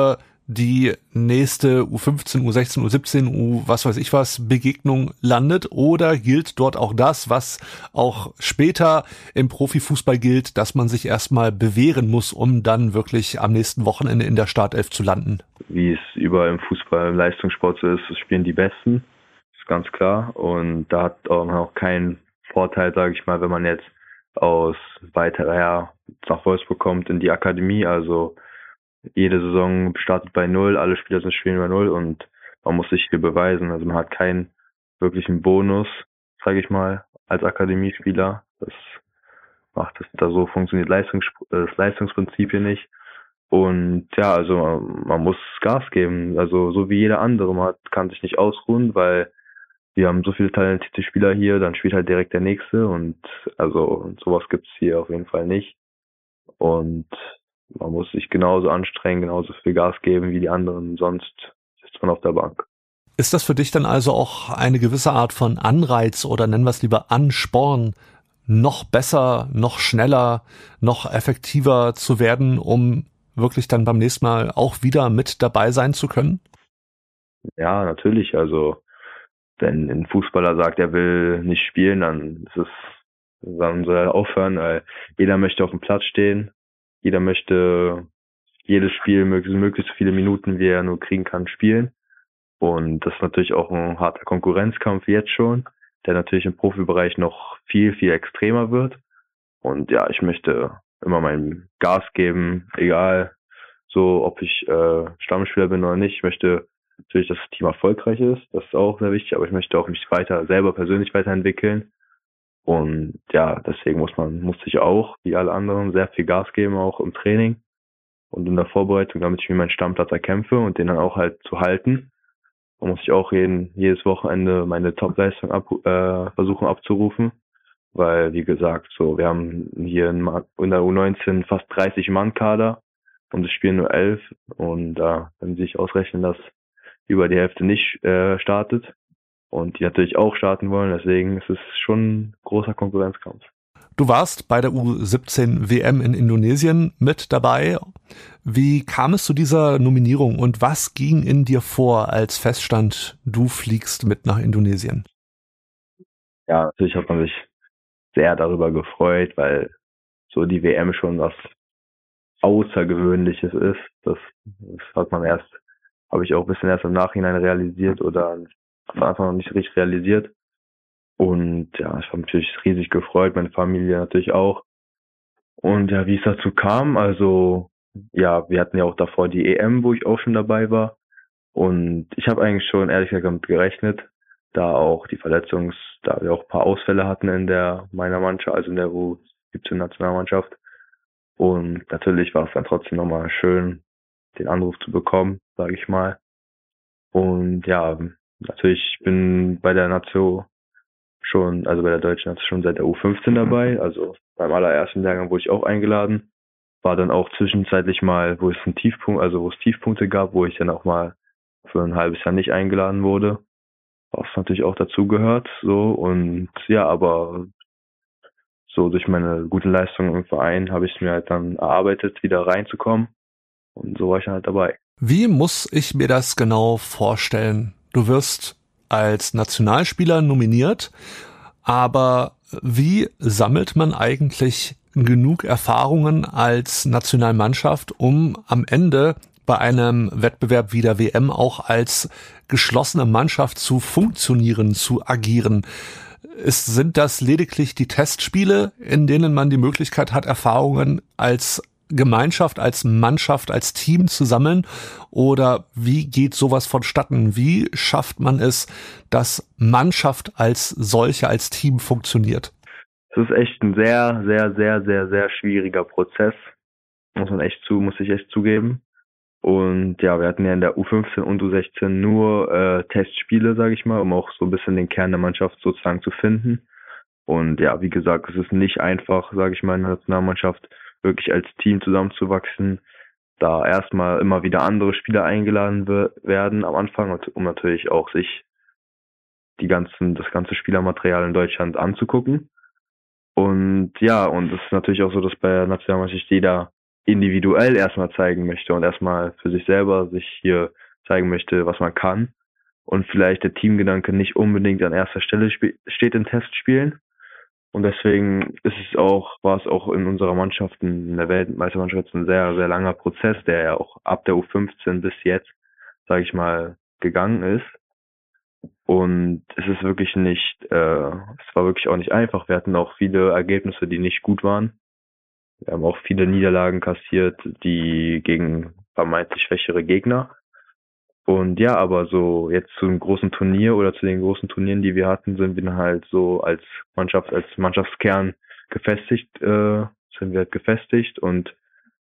Speaker 1: die nächste U fünfzehn, U sechzehn, U siebzehn, U was weiß ich was Begegnung landet, oder gilt dort auch das, was auch später im Profifußball gilt, dass man sich erstmal bewähren muss, um dann wirklich am nächsten Wochenende in der Startelf zu landen?
Speaker 5: Wie es überall im Fußball, im Leistungssport so ist, es spielen die Besten, ist ganz klar, und da hat man auch keinen Vorteil, sage ich mal, wenn man jetzt aus weiter her nach Wolfsburg kommt in die Akademie, also jede Saison startet bei Null, alle Spieler sind spielen bei Null und man muss sich viel beweisen. Also man hat keinen wirklichen Bonus, sage ich mal, als Akademiespieler. Das macht es da so, funktioniert Leistungs, das Leistungsprinzip hier nicht. Und ja, also man muss Gas geben, also so wie jeder andere. Man kann sich nicht ausruhen, weil wir haben so viele talentierte Spieler hier, dann spielt halt direkt der Nächste, und also sowas gibt's hier auf jeden Fall nicht. Und man muss sich genauso anstrengen, genauso viel Gas geben wie die anderen, sonst sitzt man auf der Bank.
Speaker 1: Ist das für dich dann also auch eine gewisse Art von Anreiz oder nennen wir es lieber Ansporn, noch besser, noch schneller, noch effektiver zu werden, um wirklich dann beim nächsten Mal auch wieder mit dabei sein zu können?
Speaker 5: Ja, natürlich. Also wenn ein Fußballer sagt, er will nicht spielen, dann ist es, dann soll er aufhören, weil jeder möchte auf dem Platz stehen. Jeder möchte jedes Spiel möglichst, möglichst viele Minuten, wie er nur kriegen kann, spielen. Und das ist natürlich auch ein harter Konkurrenzkampf jetzt schon, der natürlich im Profibereich noch viel, viel extremer wird. Und ja, ich möchte immer mein Gas geben, egal so, ob ich äh, Stammspieler bin oder nicht. Ich möchte natürlich, dass das Team erfolgreich ist, das ist auch sehr wichtig, aber ich möchte auch mich weiter, selber persönlich weiterentwickeln. Und ja, deswegen muss man, muss ich auch, wie alle anderen, sehr viel Gas geben, auch im Training und in der Vorbereitung, damit ich mir meinen Stammplatz erkämpfe und den dann auch halt zu halten. Da muss ich auch jeden, jedes Wochenende meine Topleistung ab, äh, versuchen abzurufen, weil, wie gesagt, so, wir haben hier in, in der U neunzehn fast dreißig Mann Kader und es spielen nur elf, und da äh, können Sie sich ausrechnen, dass über die Hälfte nicht äh, startet. Und die natürlich auch starten wollen, deswegen ist es schon ein großer Konkurrenzkampf.
Speaker 1: Du warst bei der U siebzehn W M in Indonesien mit dabei. Wie kam es zu dieser Nominierung und was ging in dir vor, als feststand, du fliegst mit nach Indonesien?
Speaker 5: Ja, natürlich hat man sich sehr darüber gefreut, weil so die W M schon was Außergewöhnliches ist. Das, das hat man erst, habe ich auch ein bisschen erst im Nachhinein realisiert oder am Anfang noch nicht richtig realisiert. Und ja, ich habe mich natürlich riesig gefreut, meine Familie natürlich auch. Und ja, wie es dazu kam, also ja, wir hatten ja auch davor die E M, wo ich auch schon dabei war. Und ich habe eigentlich schon ehrlich gesagt damit gerechnet, da auch die Verletzungs, da wir auch ein paar Ausfälle hatten in der meiner Mannschaft, also in der U siebzehn Nationalmannschaft. Und natürlich war es dann trotzdem nochmal schön, den Anruf zu bekommen, sage ich mal. Und ja, natürlich, ich bin bei der Nation schon, also bei der deutschen Nation schon seit der U fünfzehn dabei. Also beim allerersten Lehrgang wurde ich auch eingeladen. War dann auch zwischenzeitlich mal, wo es einen Tiefpunkt, also wo es Tiefpunkte gab, wo ich dann auch mal für ein halbes Jahr nicht eingeladen wurde. Was natürlich auch dazu gehört, so. Und ja, aber so durch meine guten Leistungen im Verein habe ich es mir halt dann erarbeitet, wieder reinzukommen. Und so war ich dann halt dabei.
Speaker 1: Wie muss ich mir das genau vorstellen? Du wirst als Nationalspieler nominiert, aber wie sammelt man eigentlich genug Erfahrungen als Nationalmannschaft, um am Ende bei einem Wettbewerb wie der W M auch als geschlossene Mannschaft zu funktionieren, zu agieren? Ist, sind das lediglich die Testspiele, in denen man die Möglichkeit hat, Erfahrungen als Gemeinschaft, als Mannschaft, als Team zu sammeln? Oder wie geht sowas vonstatten? Wie schafft man es, dass Mannschaft als solche, als Team funktioniert?
Speaker 5: Es ist echt ein sehr, sehr, sehr, sehr, sehr schwieriger Prozess. Muss man echt zu, muss ich echt zugeben. Und ja, wir hatten ja in der U fünfzehn und U sechzehn nur äh, Testspiele, sage ich mal, um auch so ein bisschen den Kern der Mannschaft sozusagen zu finden. Und ja, wie gesagt, es ist nicht einfach, sage ich mal, in der Nationalmannschaft wirklich als Team zusammenzuwachsen, da erstmal immer wieder andere Spieler eingeladen werden am Anfang, um natürlich auch sich die ganzen, das ganze Spielermaterial in Deutschland anzugucken. Und ja, und es ist natürlich auch so, dass bei der Nationalmannschaft jeder individuell erstmal zeigen möchte und erstmal für sich selber sich hier zeigen möchte, was man kann. Und vielleicht der Teamgedanke nicht unbedingt an erster Stelle spe- steht in Testspielen. Und deswegen ist es auch, war es auch in unserer Mannschaft, in der Weltmeistermannschaft ein sehr, sehr langer Prozess, der ja auch ab der U fünfzehn bis jetzt, sage ich mal, gegangen ist. Und es ist wirklich nicht, äh, es war wirklich auch nicht einfach. Wir hatten auch viele Ergebnisse, die nicht gut waren. Wir haben auch viele Niederlagen kassiert, die gegen vermeintlich schwächere Gegner. Und ja, aber so jetzt zu einem großen Turnier oder zu den großen Turnieren, die wir hatten, sind wir dann halt so als Mannschaft, als Mannschaftskern gefestigt, äh, sind wir halt gefestigt und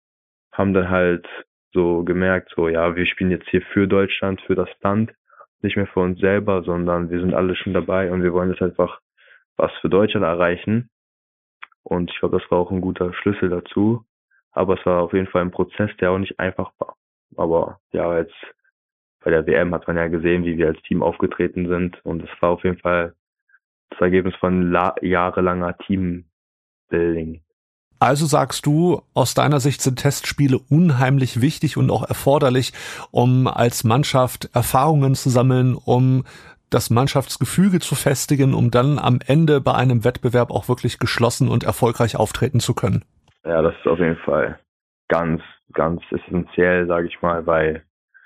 Speaker 5: haben dann halt so gemerkt, so ja, wir spielen jetzt hier für Deutschland, für das Land, nicht mehr für uns selber, sondern wir sind alle schon dabei und wir wollen jetzt einfach was für Deutschland erreichen. Und ich glaube, das war auch ein guter Schlüssel dazu. Aber es war auf jeden Fall ein Prozess, der auch nicht einfach war. Aber ja, jetzt bei der W M hat man ja gesehen, wie wir als Team aufgetreten sind. Und es war auf jeden Fall das Ergebnis von la- jahrelanger Teambuilding.
Speaker 1: Also sagst du, aus deiner Sicht sind Testspiele unheimlich wichtig und auch erforderlich, um als Mannschaft Erfahrungen zu sammeln, um das Mannschaftsgefüge zu festigen, um dann am Ende bei einem Wettbewerb auch wirklich geschlossen und erfolgreich auftreten zu können.
Speaker 5: Ja, das ist auf jeden Fall ganz, ganz essentiell, sage ich mal, weil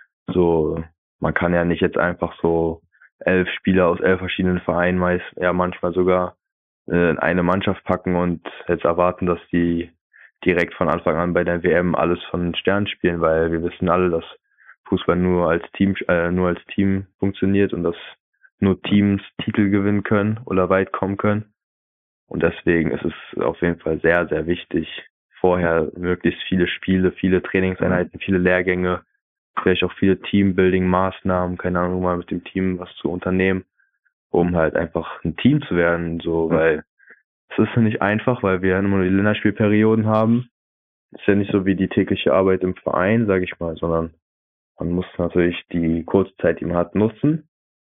Speaker 5: so, man kann ja nicht jetzt einfach so elf Spieler aus elf verschiedenen Vereinen meist, ja manchmal sogar äh, in eine Mannschaft packen und jetzt erwarten, dass die direkt von Anfang an bei der W M alles von den Sternen spielen, weil wir wissen alle, dass Fußball nur als Team, äh, nur als Team funktioniert und dass nur Teams Titel gewinnen können oder weit kommen können. Und deswegen ist es auf jeden Fall sehr, sehr wichtig, vorher möglichst viele Spiele, viele Trainingseinheiten, viele Lehrgänge, vielleicht auch viele Teambuilding-Maßnahmen, keine Ahnung, mal mit dem Team was zu unternehmen, um halt einfach ein Team zu werden, so, weil es ist ja nicht einfach, weil wir ja immer nur die Länderspielperioden haben. Es ist ja nicht so wie die tägliche Arbeit im Verein, sage ich mal, sondern man muss natürlich die kurze Zeit, die man hat, nutzen.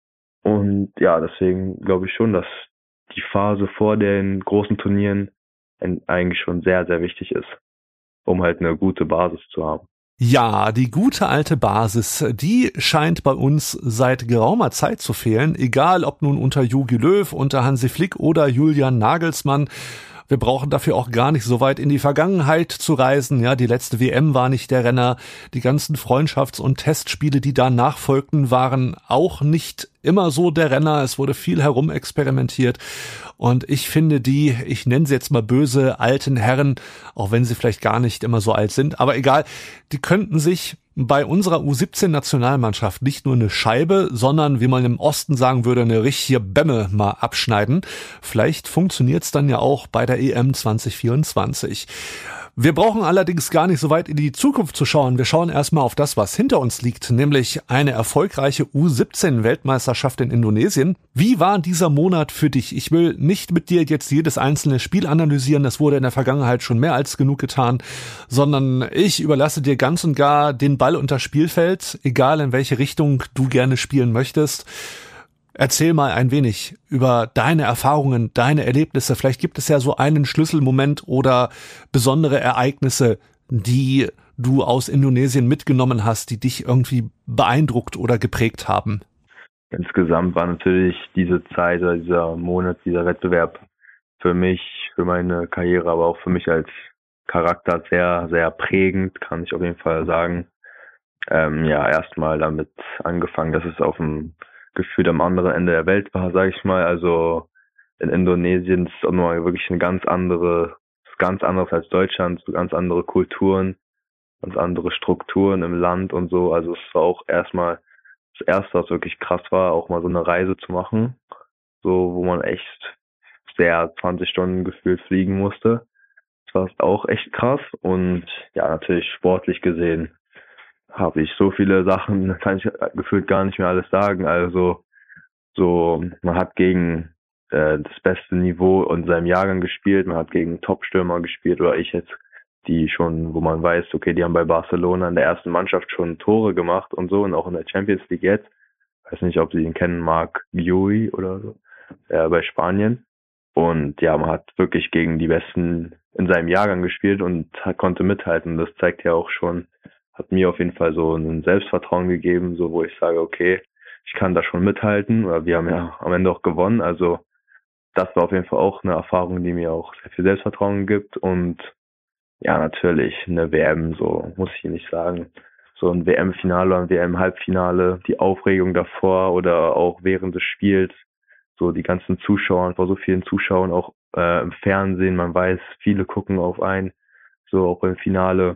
Speaker 5: Und ja, deswegen glaube ich schon, dass die Phase vor den großen Turnieren eigentlich schon sehr, sehr wichtig ist, um halt eine gute Basis zu haben.
Speaker 1: Ja, die gute alte Basis, die scheint bei uns seit geraumer Zeit zu fehlen, egal ob nun unter Jogi Löw, unter Hansi Flick oder Julian Nagelsmann. Wir brauchen dafür auch gar nicht so weit in die Vergangenheit zu reisen. Ja, die letzte W M war nicht der Renner. Die ganzen Freundschafts- und Testspiele, die danach folgten, waren auch nicht immer so der Renner. Es wurde viel herumexperimentiert. Und ich finde die, ich nenne sie jetzt mal böse, alten Herren, auch wenn sie vielleicht gar nicht immer so alt sind, aber egal, die könnten sich bei unserer U siebzehn Nationalmannschaft nicht nur eine Scheibe, sondern, wie man im Osten sagen würde, eine richtige Bämme mal abschneiden. Vielleicht funktioniert's dann ja auch bei der E M zwanzig vierundzwanzig. Wir brauchen allerdings gar nicht so weit in die Zukunft zu schauen. Wir schauen erstmal auf das, was hinter uns liegt, nämlich eine erfolgreiche U siebzehn Weltmeisterschaft in Indonesien. Wie war dieser Monat für dich? Ich will nicht mit dir jetzt jedes einzelne Spiel analysieren, das wurde in der Vergangenheit schon mehr als genug getan, sondern ich überlasse dir ganz und gar den Ball unter Spielfeld, egal in welche Richtung du gerne spielen möchtest. Erzähl mal ein wenig über deine Erfahrungen, deine Erlebnisse. Vielleicht gibt es ja so einen Schlüsselmoment oder besondere Ereignisse, die du aus Indonesien mitgenommen hast, die dich irgendwie beeindruckt oder geprägt haben.
Speaker 5: Insgesamt war natürlich diese Zeit oder dieser Monat, dieser Wettbewerb für mich, für meine Karriere, aber auch für mich als Charakter sehr, sehr prägend, kann ich auf jeden Fall sagen. Ähm, ja, erstmal damit angefangen, dass es auf dem gefühlt am anderen Ende der Welt war, sage ich mal. Also in Indonesien ist auch nur wirklich eine ganz andere, ganz anderes als Deutschland, so ganz andere Kulturen, ganz andere Strukturen im Land und so. Also es war auch erstmal das Erste, was wirklich krass war, auch mal so eine Reise zu machen, so wo man echt sehr zwanzig Stunden gefühlt fliegen musste. Das war auch echt krass und ja, natürlich sportlich gesehen habe ich so viele Sachen, kann ich gefühlt gar nicht mehr alles sagen. Also so, man hat gegen äh, das beste Niveau in seinem Jahrgang gespielt, man hat gegen Top-Stürmer gespielt oder ich jetzt, die schon, wo man weiß, okay, die haben bei Barcelona in der ersten Mannschaft schon Tore gemacht und so und auch in der Champions League jetzt. Ich weiß nicht, ob Sie ihn kennen, Marc Guiui oder so, äh, bei Spanien. Und ja, man hat wirklich gegen die besten in seinem Jahrgang gespielt und hat, konnte mithalten. Das zeigt ja auch schon, hat mir auf jeden Fall so ein Selbstvertrauen gegeben, so wo ich sage, okay, ich kann da schon mithalten. Oder wir haben ja am Ende auch gewonnen. Also das war auf jeden Fall auch eine Erfahrung, die mir auch sehr viel Selbstvertrauen gibt. Und ja, natürlich eine W M, so muss ich nicht sagen. So ein W M-Finale oder ein W M-Halbfinale, die Aufregung davor oder auch während des Spiels, so die ganzen Zuschauer, vor so vielen Zuschauern, auch äh, im Fernsehen, man weiß, viele gucken auf einen, so auch im Finale.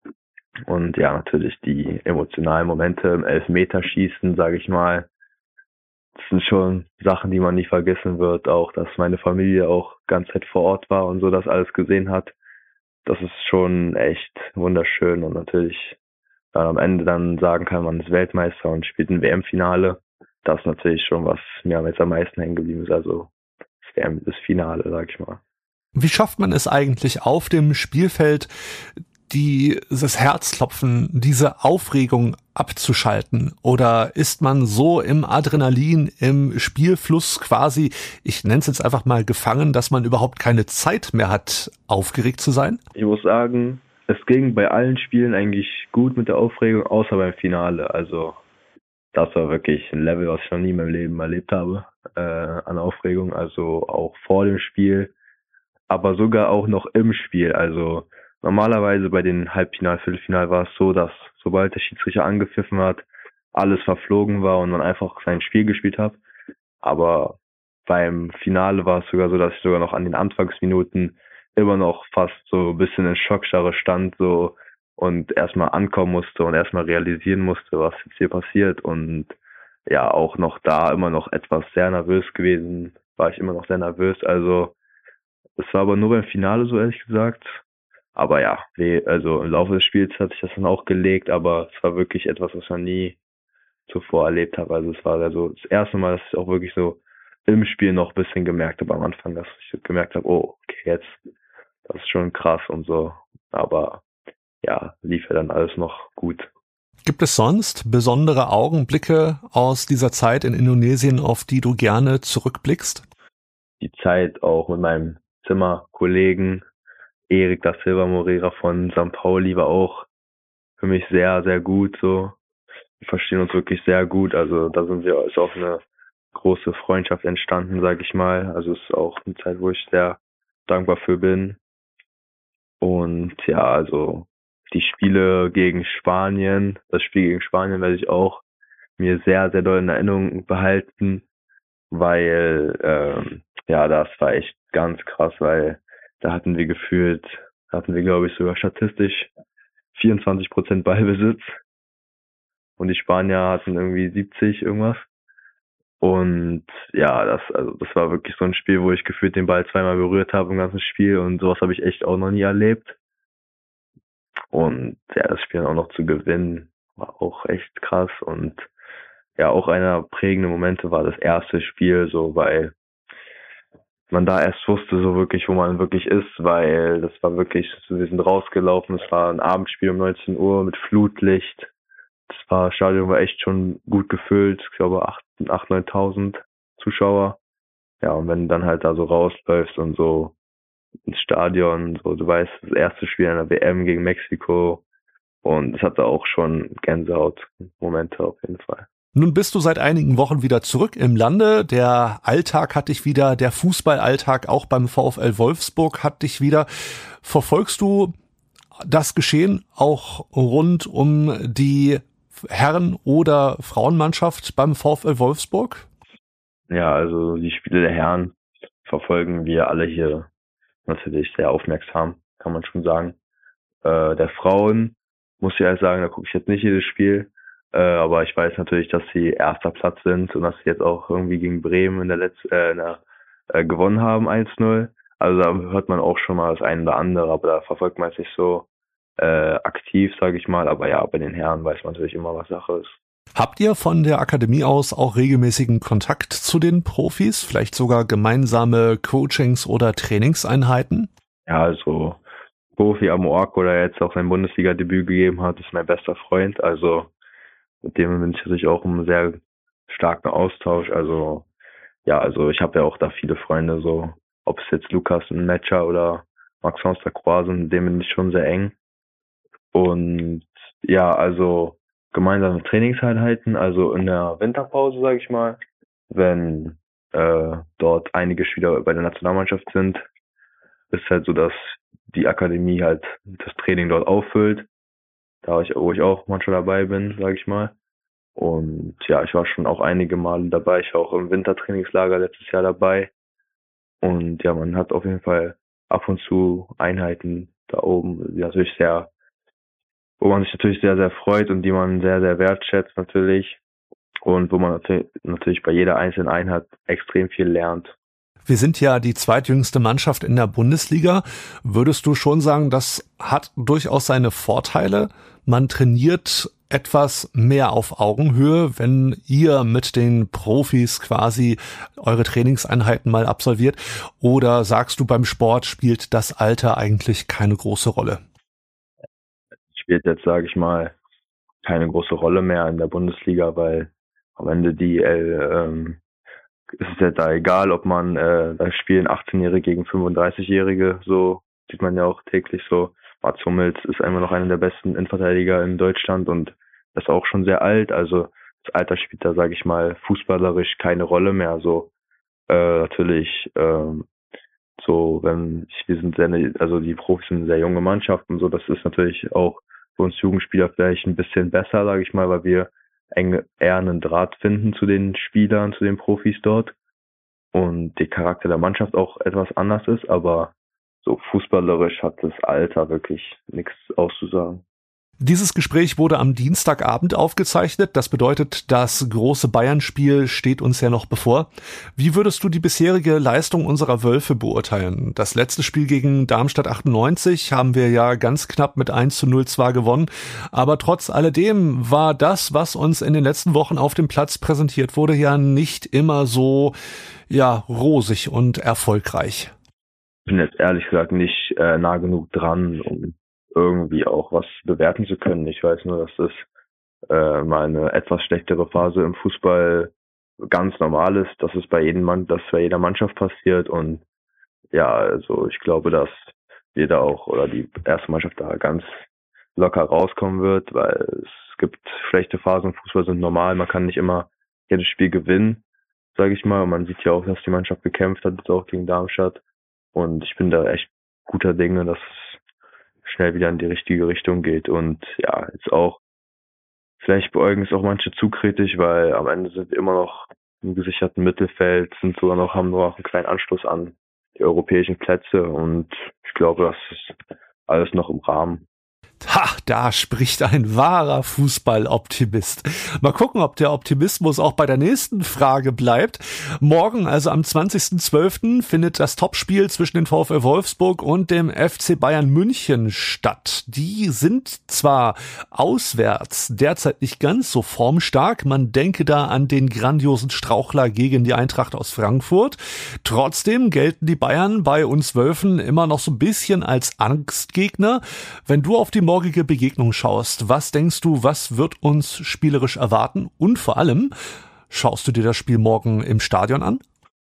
Speaker 5: Und ja, natürlich die emotionalen Momente im Elfmeterschießen, sage ich mal, das sind schon Sachen, die man nie vergessen wird. Auch, dass meine Familie auch ganz Zeit vor Ort war und so das alles gesehen hat. Das ist schon echt wunderschön und natürlich dann am Ende dann sagen kann, man ist Weltmeister und spielt ein W M-Finale. Das ist natürlich schon, was mir jetzt am meisten hängen geblieben ist. Also das W M, das Finale, sag ich mal.
Speaker 1: Wie schafft man es eigentlich auf dem Spielfeld, dieses Herzklopfen, diese Aufregung abzuschalten? Oder ist man so im Adrenalin, im Spielfluss quasi, ich nenne es jetzt einfach mal gefangen, dass man überhaupt keine Zeit mehr hat, aufgeregt zu sein?
Speaker 5: Ich muss sagen, es ging bei allen Spielen eigentlich gut mit der Aufregung, außer beim Finale. Also das war wirklich ein Level, was ich noch nie in meinem Leben erlebt habe, äh, an Aufregung. Also auch vor dem Spiel, aber sogar auch noch im Spiel. Also normalerweise bei den Halbfinal, Viertelfinal war es so, dass sobald der Schiedsrichter angepfiffen hat, alles verflogen war und man einfach sein Spiel gespielt hat. Aber beim Finale war es sogar so, dass ich sogar noch an den Anfangsminuten immer noch fast so ein bisschen in Schockstarre stand so und erstmal ankommen musste und erstmal realisieren musste, was jetzt hier passiert. Und ja, auch noch da immer noch etwas sehr nervös gewesen, war ich immer noch sehr nervös. Also es war aber nur beim Finale so, ehrlich gesagt. Aber ja, also im Laufe des Spiels hat sich das dann auch gelegt, aber es war wirklich etwas, was ich noch nie zuvor erlebt habe. Also es war also das erste Mal, dass ich auch wirklich so im Spiel noch ein bisschen gemerkt habe am Anfang, dass ich gemerkt habe, oh, okay, jetzt, das ist schon krass und so. Aber ja, lief ja dann alles noch gut.
Speaker 1: Gibt es sonst besondere Augenblicke aus dieser Zeit in Indonesien, auf die du gerne zurückblickst?
Speaker 5: Die Zeit auch mit meinem Zimmerkollegen Erik da Silva Moreira von Sankt Pauli war auch für mich sehr, sehr gut. So, wir verstehen uns wirklich sehr gut. Also da sind wir, ist auch eine große Freundschaft entstanden, sage ich mal. Also es ist auch eine Zeit, wo ich sehr dankbar für bin. Und ja, also die Spiele gegen Spanien, das Spiel gegen Spanien werde ich auch mir sehr, sehr doll in Erinnerung behalten, weil ähm, ja, das war echt ganz krass, weil da hatten wir gefühlt, hatten wir glaube ich sogar statistisch vierundzwanzig Prozent Ballbesitz und die Spanier hatten irgendwie siebzig irgendwas. Und ja, das also das war wirklich so ein Spiel, wo ich gefühlt den Ball zweimal berührt habe im ganzen Spiel und sowas habe ich echt auch noch nie erlebt. Und ja, das Spiel dann auch noch zu gewinnen, war auch echt krass. Und ja, auch einer prägende Momente war das erste Spiel, so, weil man da erst wusste so wirklich, wo man wirklich ist, weil das war wirklich, wir sind rausgelaufen, es war ein Abendspiel um neunzehn Uhr mit Flutlicht. Das war, das Stadion war echt schon gut gefüllt, ich glaube acht, neuntausend Zuschauer. Ja, und wenn du dann halt da so rausläufst und so ins Stadion, so, du weißt, das erste Spiel in der W M gegen Mexiko und es hatte auch schon Gänsehaut-Momente auf jeden Fall.
Speaker 1: Nun bist du seit einigen Wochen wieder zurück im Lande. Der Alltag hat dich wieder, der Fußballalltag auch beim VfL Wolfsburg hat dich wieder. Verfolgst du das Geschehen auch rund um die Herren- oder Frauenmannschaft beim VfL Wolfsburg?
Speaker 5: Ja, also die Spiele der Herren verfolgen wir alle hier natürlich sehr aufmerksam, kann man schon sagen. Äh, der Frauen, muss ich ehrlich sagen, da gucke ich jetzt nicht jedes Spiel. Äh, aber ich weiß natürlich, dass sie erster Platz sind und dass sie jetzt auch irgendwie gegen Bremen in der letzten äh, in der, äh, gewonnen haben eins null. Also da hört man auch schon mal das eine oder andere, aber da verfolgt man es nicht so äh, aktiv, sage ich mal. Aber ja, bei den Herren weiß man natürlich immer, was Sache ist.
Speaker 1: Habt ihr von der Akademie aus auch regelmäßigen Kontakt zu den Profis? Vielleicht sogar gemeinsame Coachings oder Trainingseinheiten?
Speaker 5: Ja, also Profi Amoako, der jetzt auch sein Bundesliga-Debüt gegeben hat, ist mein bester Freund. Also mit dem bin ich natürlich auch im sehr starken Austausch. Also ja, also ich habe ja auch da viele Freunde, so ob es jetzt Lukas ein Matcher oder Maxence Lacroix sind, mit dem bin ich schon sehr eng. Und ja, also gemeinsame Trainingseinheiten, also in der Winterpause, sage ich mal, wenn äh, dort einige Spieler bei der Nationalmannschaft sind, ist halt so, dass die Akademie halt das Training dort auffüllt, da ich, wo ich auch manchmal dabei bin, sage ich mal. Und ja, ich war schon auch einige Male dabei. Ich war auch im Wintertrainingslager letztes Jahr dabei. Und ja, man hat auf jeden Fall ab und zu Einheiten da oben, die natürlich sehr, wo man sich natürlich sehr, sehr freut und die man sehr, sehr wertschätzt natürlich. Und wo man natürlich bei jeder einzelnen Einheit extrem viel lernt.
Speaker 1: Wir sind ja die zweitjüngste Mannschaft in der Bundesliga. Würdest du schon sagen, das hat durchaus seine Vorteile? Man trainiert etwas mehr auf Augenhöhe, wenn ihr mit den Profis quasi eure Trainingseinheiten mal absolviert? Oder sagst du, beim Sport spielt das Alter eigentlich keine große Rolle?
Speaker 5: Spielt jetzt, sage ich mal, keine große Rolle mehr in der Bundesliga, weil am Ende die äh, ähm, ist es ja da egal, ob man, äh, da spielen achtzehnjährige gegen fünfunddreißigjährige, so sieht man ja auch täglich so. Mats Hummels ist immer noch einer der besten Innenverteidiger in Deutschland und ist auch schon sehr alt, also das Alter spielt da, sage ich mal, fußballerisch keine Rolle mehr, so äh, natürlich ähm, so, wenn wir sind sehr, also die Profis sind eine sehr junge Mannschaft und so, das ist natürlich auch für uns Jugendspieler vielleicht ein bisschen besser, sage ich mal, weil wir eng, eher einen Draht finden zu den Spielern, zu den Profis dort und der Charakter der Mannschaft auch etwas anders ist, aber so fußballerisch hat das Alter wirklich nichts auszusagen.
Speaker 1: Dieses Gespräch wurde am Dienstagabend aufgezeichnet. Das bedeutet, das große Bayern-Spiel steht uns ja noch bevor. Wie würdest du die bisherige Leistung unserer Wölfe beurteilen? Das letzte Spiel gegen Darmstadt achtundneunzig haben wir ja ganz knapp mit eins zu null zwar gewonnen, aber trotz alledem war das, was uns in den letzten Wochen auf dem Platz präsentiert wurde, ja nicht immer so, ja, rosig und erfolgreich.
Speaker 5: Ich bin jetzt ehrlich gesagt nicht äh, nah genug dran, um irgendwie auch was bewerten zu können. Ich weiß nur, dass das äh, mal eine etwas schlechtere Phase im Fußball ganz normal ist, dass es bei jedem Mann, dass bei jeder Mannschaft passiert und ja, also ich glaube, dass wir da auch oder die erste Mannschaft da ganz locker rauskommen wird, weil es gibt schlechte Phasen im Fußball, sind normal, man kann nicht immer jedes Spiel gewinnen, sage ich mal. Und man sieht ja auch, dass die Mannschaft gekämpft hat, jetzt auch gegen Darmstadt und ich bin da echt guter Dinge, dass schnell wieder in die richtige Richtung geht und ja, jetzt auch, vielleicht beäugen es auch manche zu kritisch, weil am Ende sind wir immer noch im gesicherten Mittelfeld, sind sogar noch, haben nur noch einen kleinen Anschluss an die europäischen Plätze und ich glaube, das ist alles noch im Rahmen.
Speaker 1: Ha, da spricht ein wahrer Fußballoptimist. Mal gucken, ob der Optimismus auch bei der nächsten Frage bleibt. Morgen, also am zwanzigsten zwölften, findet das Topspiel zwischen den VfL Wolfsburg und dem F C Bayern München statt. Die sind zwar auswärts derzeit nicht ganz so formstark, man denke da an den grandiosen Strauchler gegen die Eintracht aus Frankfurt. Trotzdem gelten die Bayern bei uns Wölfen immer noch so ein bisschen als Angstgegner. Wenn du auf die morgige Begegnung schaust, was denkst du, was wird uns spielerisch erwarten? Und vor allem, schaust du dir das Spiel morgen im Stadion an?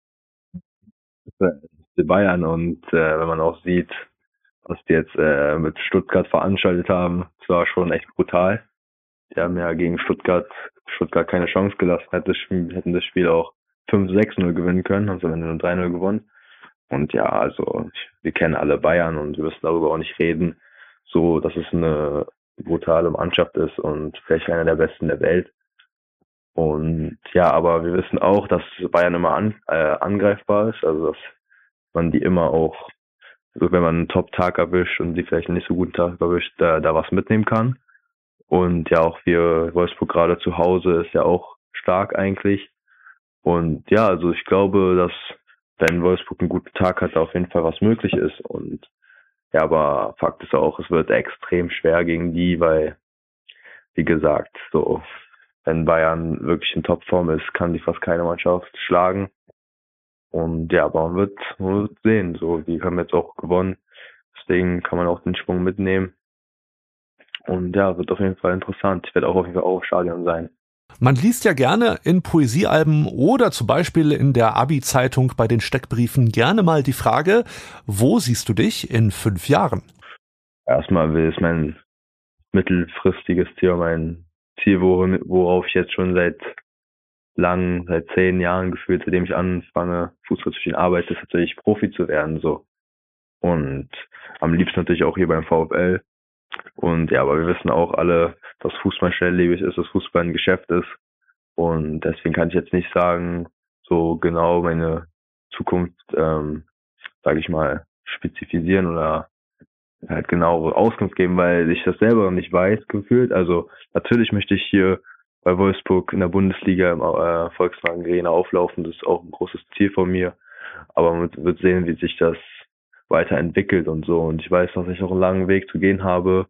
Speaker 5: Die Bayern und äh, wenn man auch sieht, was die jetzt äh, mit Stuttgart veranstaltet haben, das war schon echt brutal. Die haben ja gegen Stuttgart Stuttgart keine Chance gelassen, hätte das Spiel, hätten das Spiel auch fünf sechs null gewinnen können, haben sie am Ende nur drei null gewonnen. Und ja, also wir kennen alle Bayern und wir müssen darüber auch nicht reden, so dass es eine brutale Mannschaft ist und vielleicht einer der besten der Welt. Und ja, aber wir wissen auch, dass Bayern immer an, äh, angreifbar ist, also dass man die immer auch, also wenn man einen Top-Tag erwischt und die vielleicht einen nicht so guten Tag erwischt, da, da was mitnehmen kann. Und ja, auch wir, Wolfsburg gerade zu Hause ist ja auch stark eigentlich. Und ja, also ich glaube, dass wenn Wolfsburg einen guten Tag hat, da auf jeden Fall was möglich ist. Und ja, aber Fakt ist auch, es wird extrem schwer gegen die, weil, wie gesagt, so, wenn Bayern wirklich in Topform ist, kann die fast keine Mannschaft schlagen. Und ja, aber man wird, man wird sehen, so, die haben jetzt auch gewonnen. Deswegen kann man auch den Schwung mitnehmen. Und ja, wird auf jeden Fall interessant. Ich werde auch auf jeden Fall auch im Stadion sein.
Speaker 1: Man liest ja gerne in Poesiealben oder zum Beispiel in der Abi-Zeitung bei den Steckbriefen gerne mal die Frage, wo siehst du dich in fünf Jahren?
Speaker 5: Erstmal ist mein mittelfristiges Ziel, mein Ziel, worauf ich jetzt schon seit lang, seit zehn Jahren gefühlt, seitdem ich anfange, Fußball zu spielen, arbeite, ist tatsächlich Profi zu werden, so. Und am liebsten natürlich auch hier beim VfL. Und ja, aber wir wissen auch alle, dass Fußball schnelllebig ist, dass Fußball ein Geschäft ist. Und deswegen kann ich jetzt nicht sagen, so genau meine Zukunft, ähm, sage ich mal, spezifizieren oder halt genauere Auskunft geben, weil ich das selber noch nicht weiß, gefühlt. Also natürlich möchte ich hier bei Wolfsburg in der Bundesliga im äh, Volkswagen Arena auflaufen. Das ist auch ein großes Ziel von mir. Aber man wird sehen, wie sich das weiterentwickelt und so. Und ich weiß, dass ich noch einen langen Weg zu gehen habe,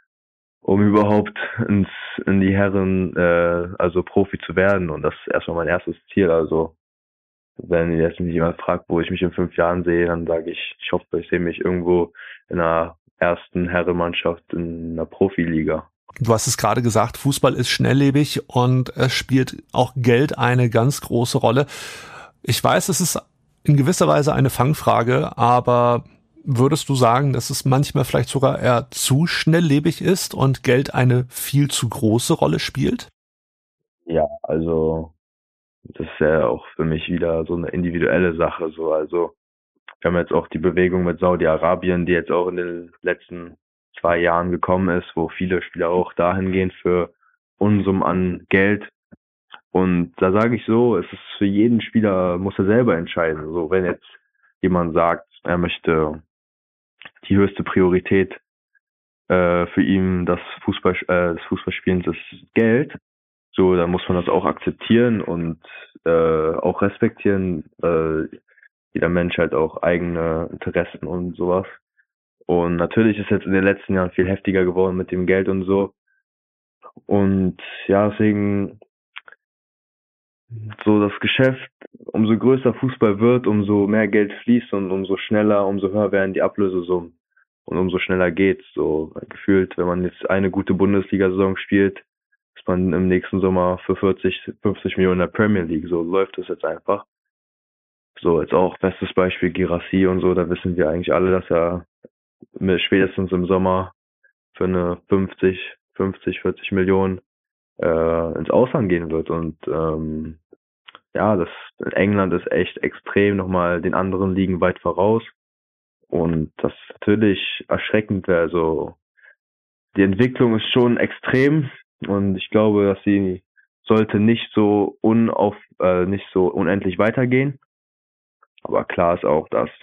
Speaker 5: um überhaupt ins in die Herren, äh, also Profi zu werden. Und das ist erstmal mein erstes Ziel. Also wenn jetzt mich jemand fragt, wo ich mich in fünf Jahren sehe, dann sage ich, ich hoffe, ich sehe mich irgendwo in einer ersten Herrenmannschaft in einer Profiliga.
Speaker 1: Du hast es gerade gesagt, Fußball ist schnelllebig und es spielt auch Geld eine ganz große Rolle. Ich weiß, es ist in gewisser Weise eine Fangfrage, aber würdest du sagen, dass es manchmal vielleicht sogar eher zu schnelllebig ist und Geld eine viel zu große Rolle spielt?
Speaker 5: Ja, also das ist ja auch für mich wieder so eine individuelle Sache. So, also wir haben jetzt auch die Bewegung mit Saudi-Arabien, die jetzt auch in den letzten zwei Jahren gekommen ist, wo viele Spieler auch dahin gehen für Unsummen an Geld. Und da sage ich so, es ist für jeden Spieler, muss er selber entscheiden. So, wenn jetzt jemand sagt, er möchte die höchste Priorität äh, für ihn das Fußball, äh, das Fußballspielen ist Geld, so, dann muss man das auch akzeptieren und äh, auch respektieren. Äh, jeder Mensch hat auch eigene Interessen und sowas. Und natürlich ist jetzt in den letzten Jahren viel heftiger geworden mit dem Geld und so. Und ja, deswegen so das Geschäft, umso größer Fußball wird, umso mehr Geld fließt und umso schneller, umso höher werden die Ablösesummen und umso schneller geht's. So gefühlt, wenn man jetzt eine gute Bundesliga-Saison spielt, ist man im nächsten Sommer für vierzig, fünfzig Millionen in der Premier League. So läuft es jetzt einfach. So, jetzt auch bestes Beispiel Guirassy und so, da wissen wir eigentlich alle, dass er spätestens im Sommer für eine fünfzig, vierzig Millionen äh, ins Ausland gehen wird. Und ähm, ja, das England ist echt extrem nochmal den anderen Ligen weit voraus. Und das ist natürlich erschreckend wäre. Also die Entwicklung ist schon extrem und ich glaube, dass sie sollte nicht so unauf, äh, nicht so unendlich weitergehen. Aber klar ist auch, dass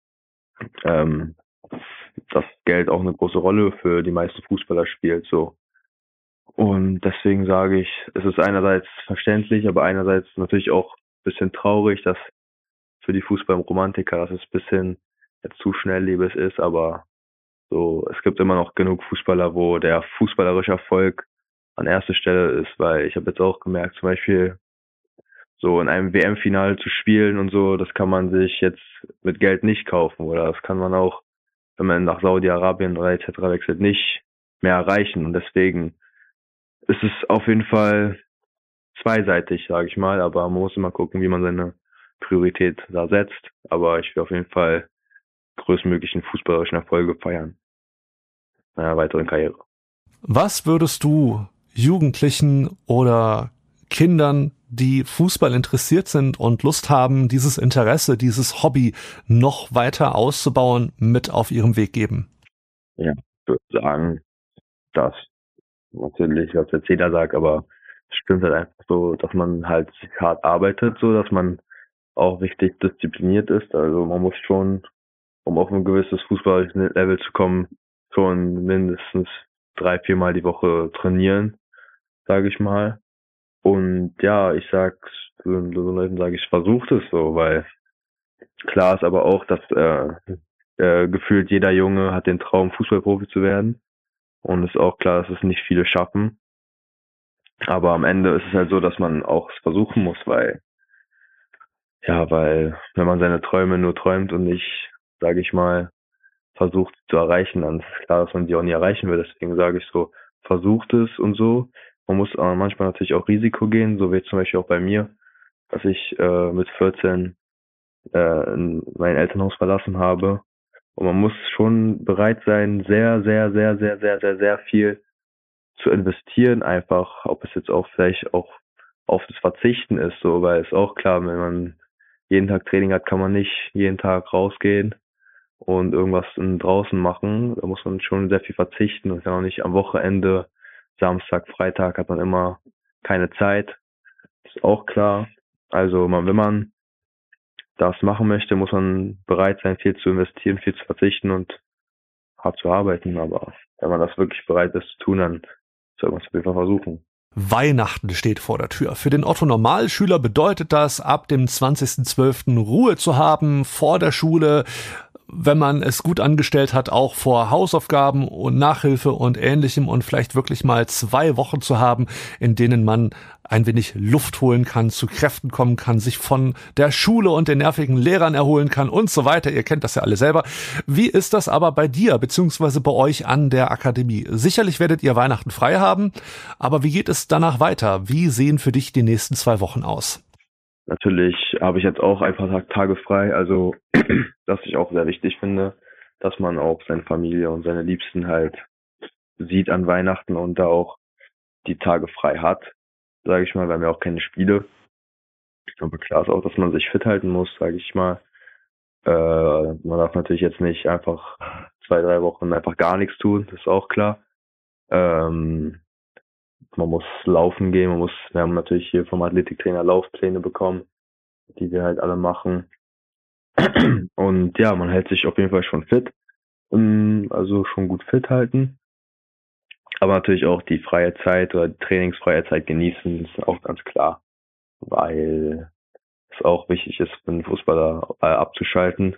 Speaker 5: ähm, das Geld auch eine große Rolle für die meisten Fußballer spielt. So. Und deswegen sage ich, es ist einerseits verständlich, aber einerseits natürlich auch ein bisschen traurig, dass für die Fußballromantiker, dass es ein bisschen jetzt zu schnelllebig ist, aber so, es gibt immer noch genug Fußballer, wo der fußballerische Erfolg an erster Stelle ist, weil ich habe jetzt auch gemerkt, zum Beispiel so in einem W M-Finale zu spielen und so, das kann man sich jetzt mit Geld nicht kaufen oder das kann man auch, wenn man nach Saudi-Arabien oder et cetera wechselt, nicht mehr erreichen und deswegen ist es auf jeden Fall zweiseitig, sage ich mal, aber man muss immer gucken, wie man seine Priorität da setzt, aber ich will auf jeden Fall größtmöglichen fußballerischen Erfolge feiern in einer weiteren Karriere.
Speaker 1: Was würdest du Jugendlichen oder Kindern, die Fußball interessiert sind und Lust haben, dieses Interesse, dieses Hobby noch weiter auszubauen, mit auf ihrem Weg geben?
Speaker 5: Ja, ich würde sagen, dass natürlich, was jetzt jeder sagt, aber es stimmt halt einfach so, dass man halt hart arbeitet, so dass man auch richtig diszipliniert ist. Also man muss schon, um auf ein gewisses Fußballlevel zu kommen, schon mindestens drei, viermal die Woche trainieren, sage ich mal. Und ja, ich sag's, so Leuten sage ich, versucht es so, weil klar ist aber auch, dass äh, äh, gefühlt jeder Junge hat den Traum, Fußballprofi zu werden. Und es ist auch klar, dass es nicht viele schaffen. Aber am Ende ist es halt so, dass man auch es versuchen muss, weil, ja, weil wenn man seine Träume nur träumt und nicht, sage ich mal, versucht zu erreichen, dann ist es klar, dass man die auch nie erreichen will. Deswegen sage ich so, versucht es und so. man muss äh, manchmal natürlich auch Risiko gehen, so wie zum Beispiel auch bei mir, dass ich äh, mit vierzehn äh, mein Elternhaus verlassen habe. Und man muss schon bereit sein, sehr, sehr, sehr, sehr, sehr, sehr, sehr viel zu investieren, einfach, ob es jetzt auch vielleicht auch auf das Verzichten ist, so, weil es auch klar, wenn man jeden Tag Training hat, kann man nicht jeden Tag rausgehen und irgendwas draußen machen. Da muss man schon sehr viel verzichten und kann auch nicht am Wochenende, Samstag, Freitag hat man immer keine Zeit. Ist auch klar. Also man, wenn man das machen möchte, muss man bereit sein, viel zu investieren, viel zu verzichten und hart zu arbeiten. Aber wenn man das wirklich bereit ist zu tun, dann soll man es auf jeden Fall versuchen.
Speaker 1: Weihnachten steht vor der Tür. Für den Otto-Normalschüler bedeutet das, ab dem zwanzigsten zwölften Ruhe zu haben vor der Schule, wenn man es gut angestellt hat, auch vor Hausaufgaben und Nachhilfe und Ähnlichem und vielleicht wirklich mal zwei Wochen zu haben, in denen man ein wenig Luft holen kann, zu Kräften kommen kann, sich von der Schule und den nervigen Lehrern erholen kann und so weiter. Ihr kennt das ja alle selber. Wie ist das aber bei dir beziehungsweise bei euch an der Akademie? Sicherlich werdet ihr Weihnachten frei haben, aber wie geht es danach weiter? Wie sehen für dich die nächsten zwei Wochen aus?
Speaker 5: Natürlich habe ich jetzt auch ein paar Tage frei, also das ich auch sehr wichtig finde, dass man auch seine Familie und seine Liebsten halt sieht an Weihnachten und da auch die Tage frei hat, sage ich mal. Wir haben ja auch keine Spiele. Aber klar ist auch, dass man sich fit halten muss, sage ich mal. Äh, man darf natürlich jetzt nicht einfach zwei, drei Wochen einfach gar nichts tun, das ist auch klar. Ähm, Man muss laufen gehen, man muss, wir haben natürlich hier vom Athletiktrainer Laufpläne bekommen, die wir halt alle machen. Und ja, man hält sich auf jeden Fall schon fit, also schon gut fit halten. Aber natürlich auch die freie Zeit oder die trainingsfreie Zeit genießen, ist auch ganz klar, weil es auch wichtig ist, für den Fußballer äh, abzuschalten.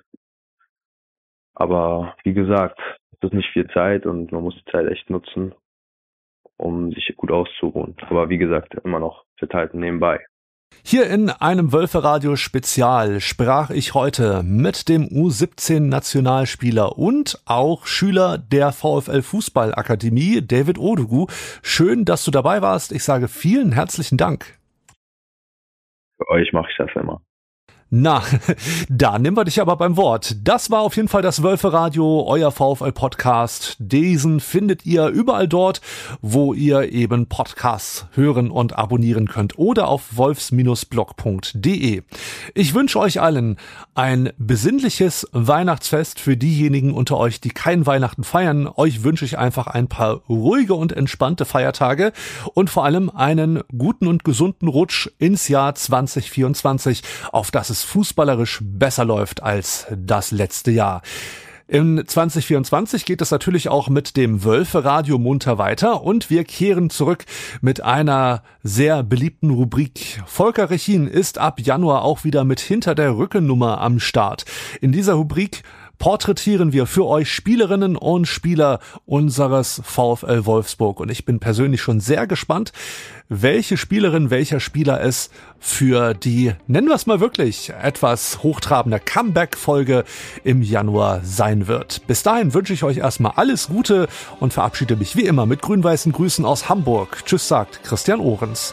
Speaker 5: Aber wie gesagt, es ist nicht viel Zeit und man muss die Zeit echt nutzen, um sich gut auszuruhen. Aber wie gesagt, immer noch fit halten nebenbei.
Speaker 1: Hier in einem Wölferadio-Spezial sprach ich heute mit dem U siebzehn Nationalspieler und auch Schüler der VfL Fußballakademie, David Odogwu. Schön, dass du dabei warst. Ich sage vielen herzlichen Dank.
Speaker 5: Für euch mache ich das immer.
Speaker 1: Na, da nehmen wir dich aber beim Wort. Das war auf jeden Fall das Wölferadio, euer VfL-Podcast. Diesen findet ihr überall dort, wo ihr eben Podcasts hören und abonnieren könnt oder auf wolfs Bindestrich blog punkt de. Ich wünsche euch allen ein besinnliches Weihnachtsfest. Für diejenigen unter euch, die kein Weihnachten feiern, euch wünsche ich einfach ein paar ruhige und entspannte Feiertage und vor allem einen guten und gesunden Rutsch ins Jahr zwanzig vierundzwanzig, auf das es fußballerisch besser läuft als das letzte Jahr. In zwanzig vierundzwanzig geht es natürlich auch mit dem Wölferadio munter weiter und wir kehren zurück mit einer sehr beliebten Rubrik. Volker Rechin ist ab Januar auch wieder mit Hinter der Rückennummer am Start. In dieser Rubrik porträtieren wir für euch Spielerinnen und Spieler unseres VfL Wolfsburg. Und ich bin persönlich schon sehr gespannt, welche Spielerin, welcher Spieler es für die, nennen wir es mal wirklich, etwas hochtrabende Comeback-Folge im Januar sein wird. Bis dahin wünsche ich euch erstmal alles Gute und verabschiede mich wie immer mit grün-weißen Grüßen aus Hamburg. Tschüss, sagt Christian Ohrens.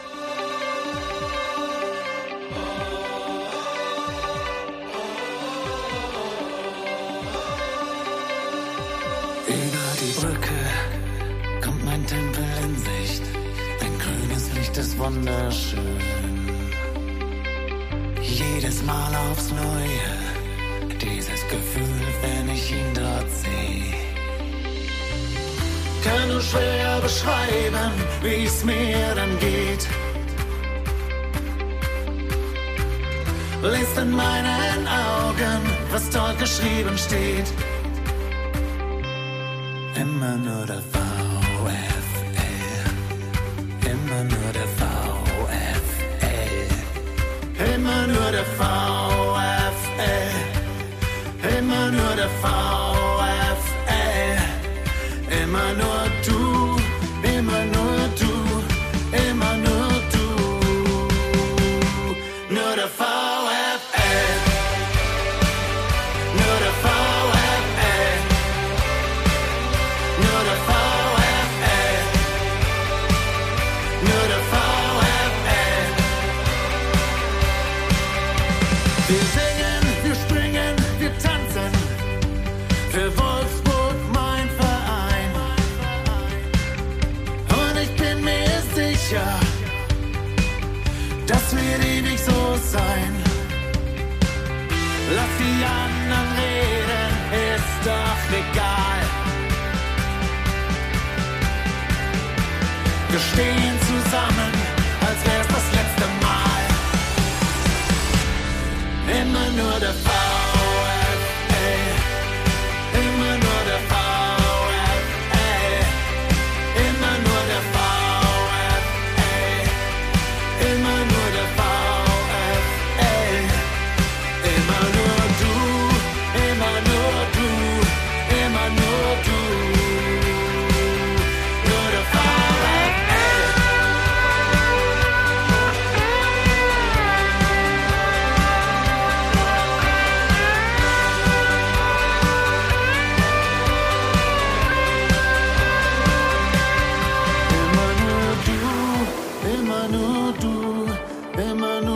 Speaker 6: Wunderschön. Jedes Mal aufs Neue, dieses Gefühl, wenn ich ihn dort sehe. Kann nur schwer beschreiben, wie es mir dann geht. Lest in meinen Augen, was dort geschrieben steht. Immer nur der VfL, immer nur der VfL. Immer nur der VfL, immer nur der VfL, immer nur du, immer nur du, immer nur du, nur der VfL, nur der VfL, nur der VfL, nur Wir singen, wir springen, wir tanzen für Wolfsburg, mein Verein. Und ich bin mir sicher, das wird ewig so sein. Lass die anderen reden, ist doch egal. Wir stehen zusammen, als wär's das letzte Mal. Immer nur der VfL, immer nur der VfL, immer nur der VfL, immer nur der VfL, immer nur du, immer nur du, immer nur du, nur der VfL. Immer nur du, immer nur du, immer nur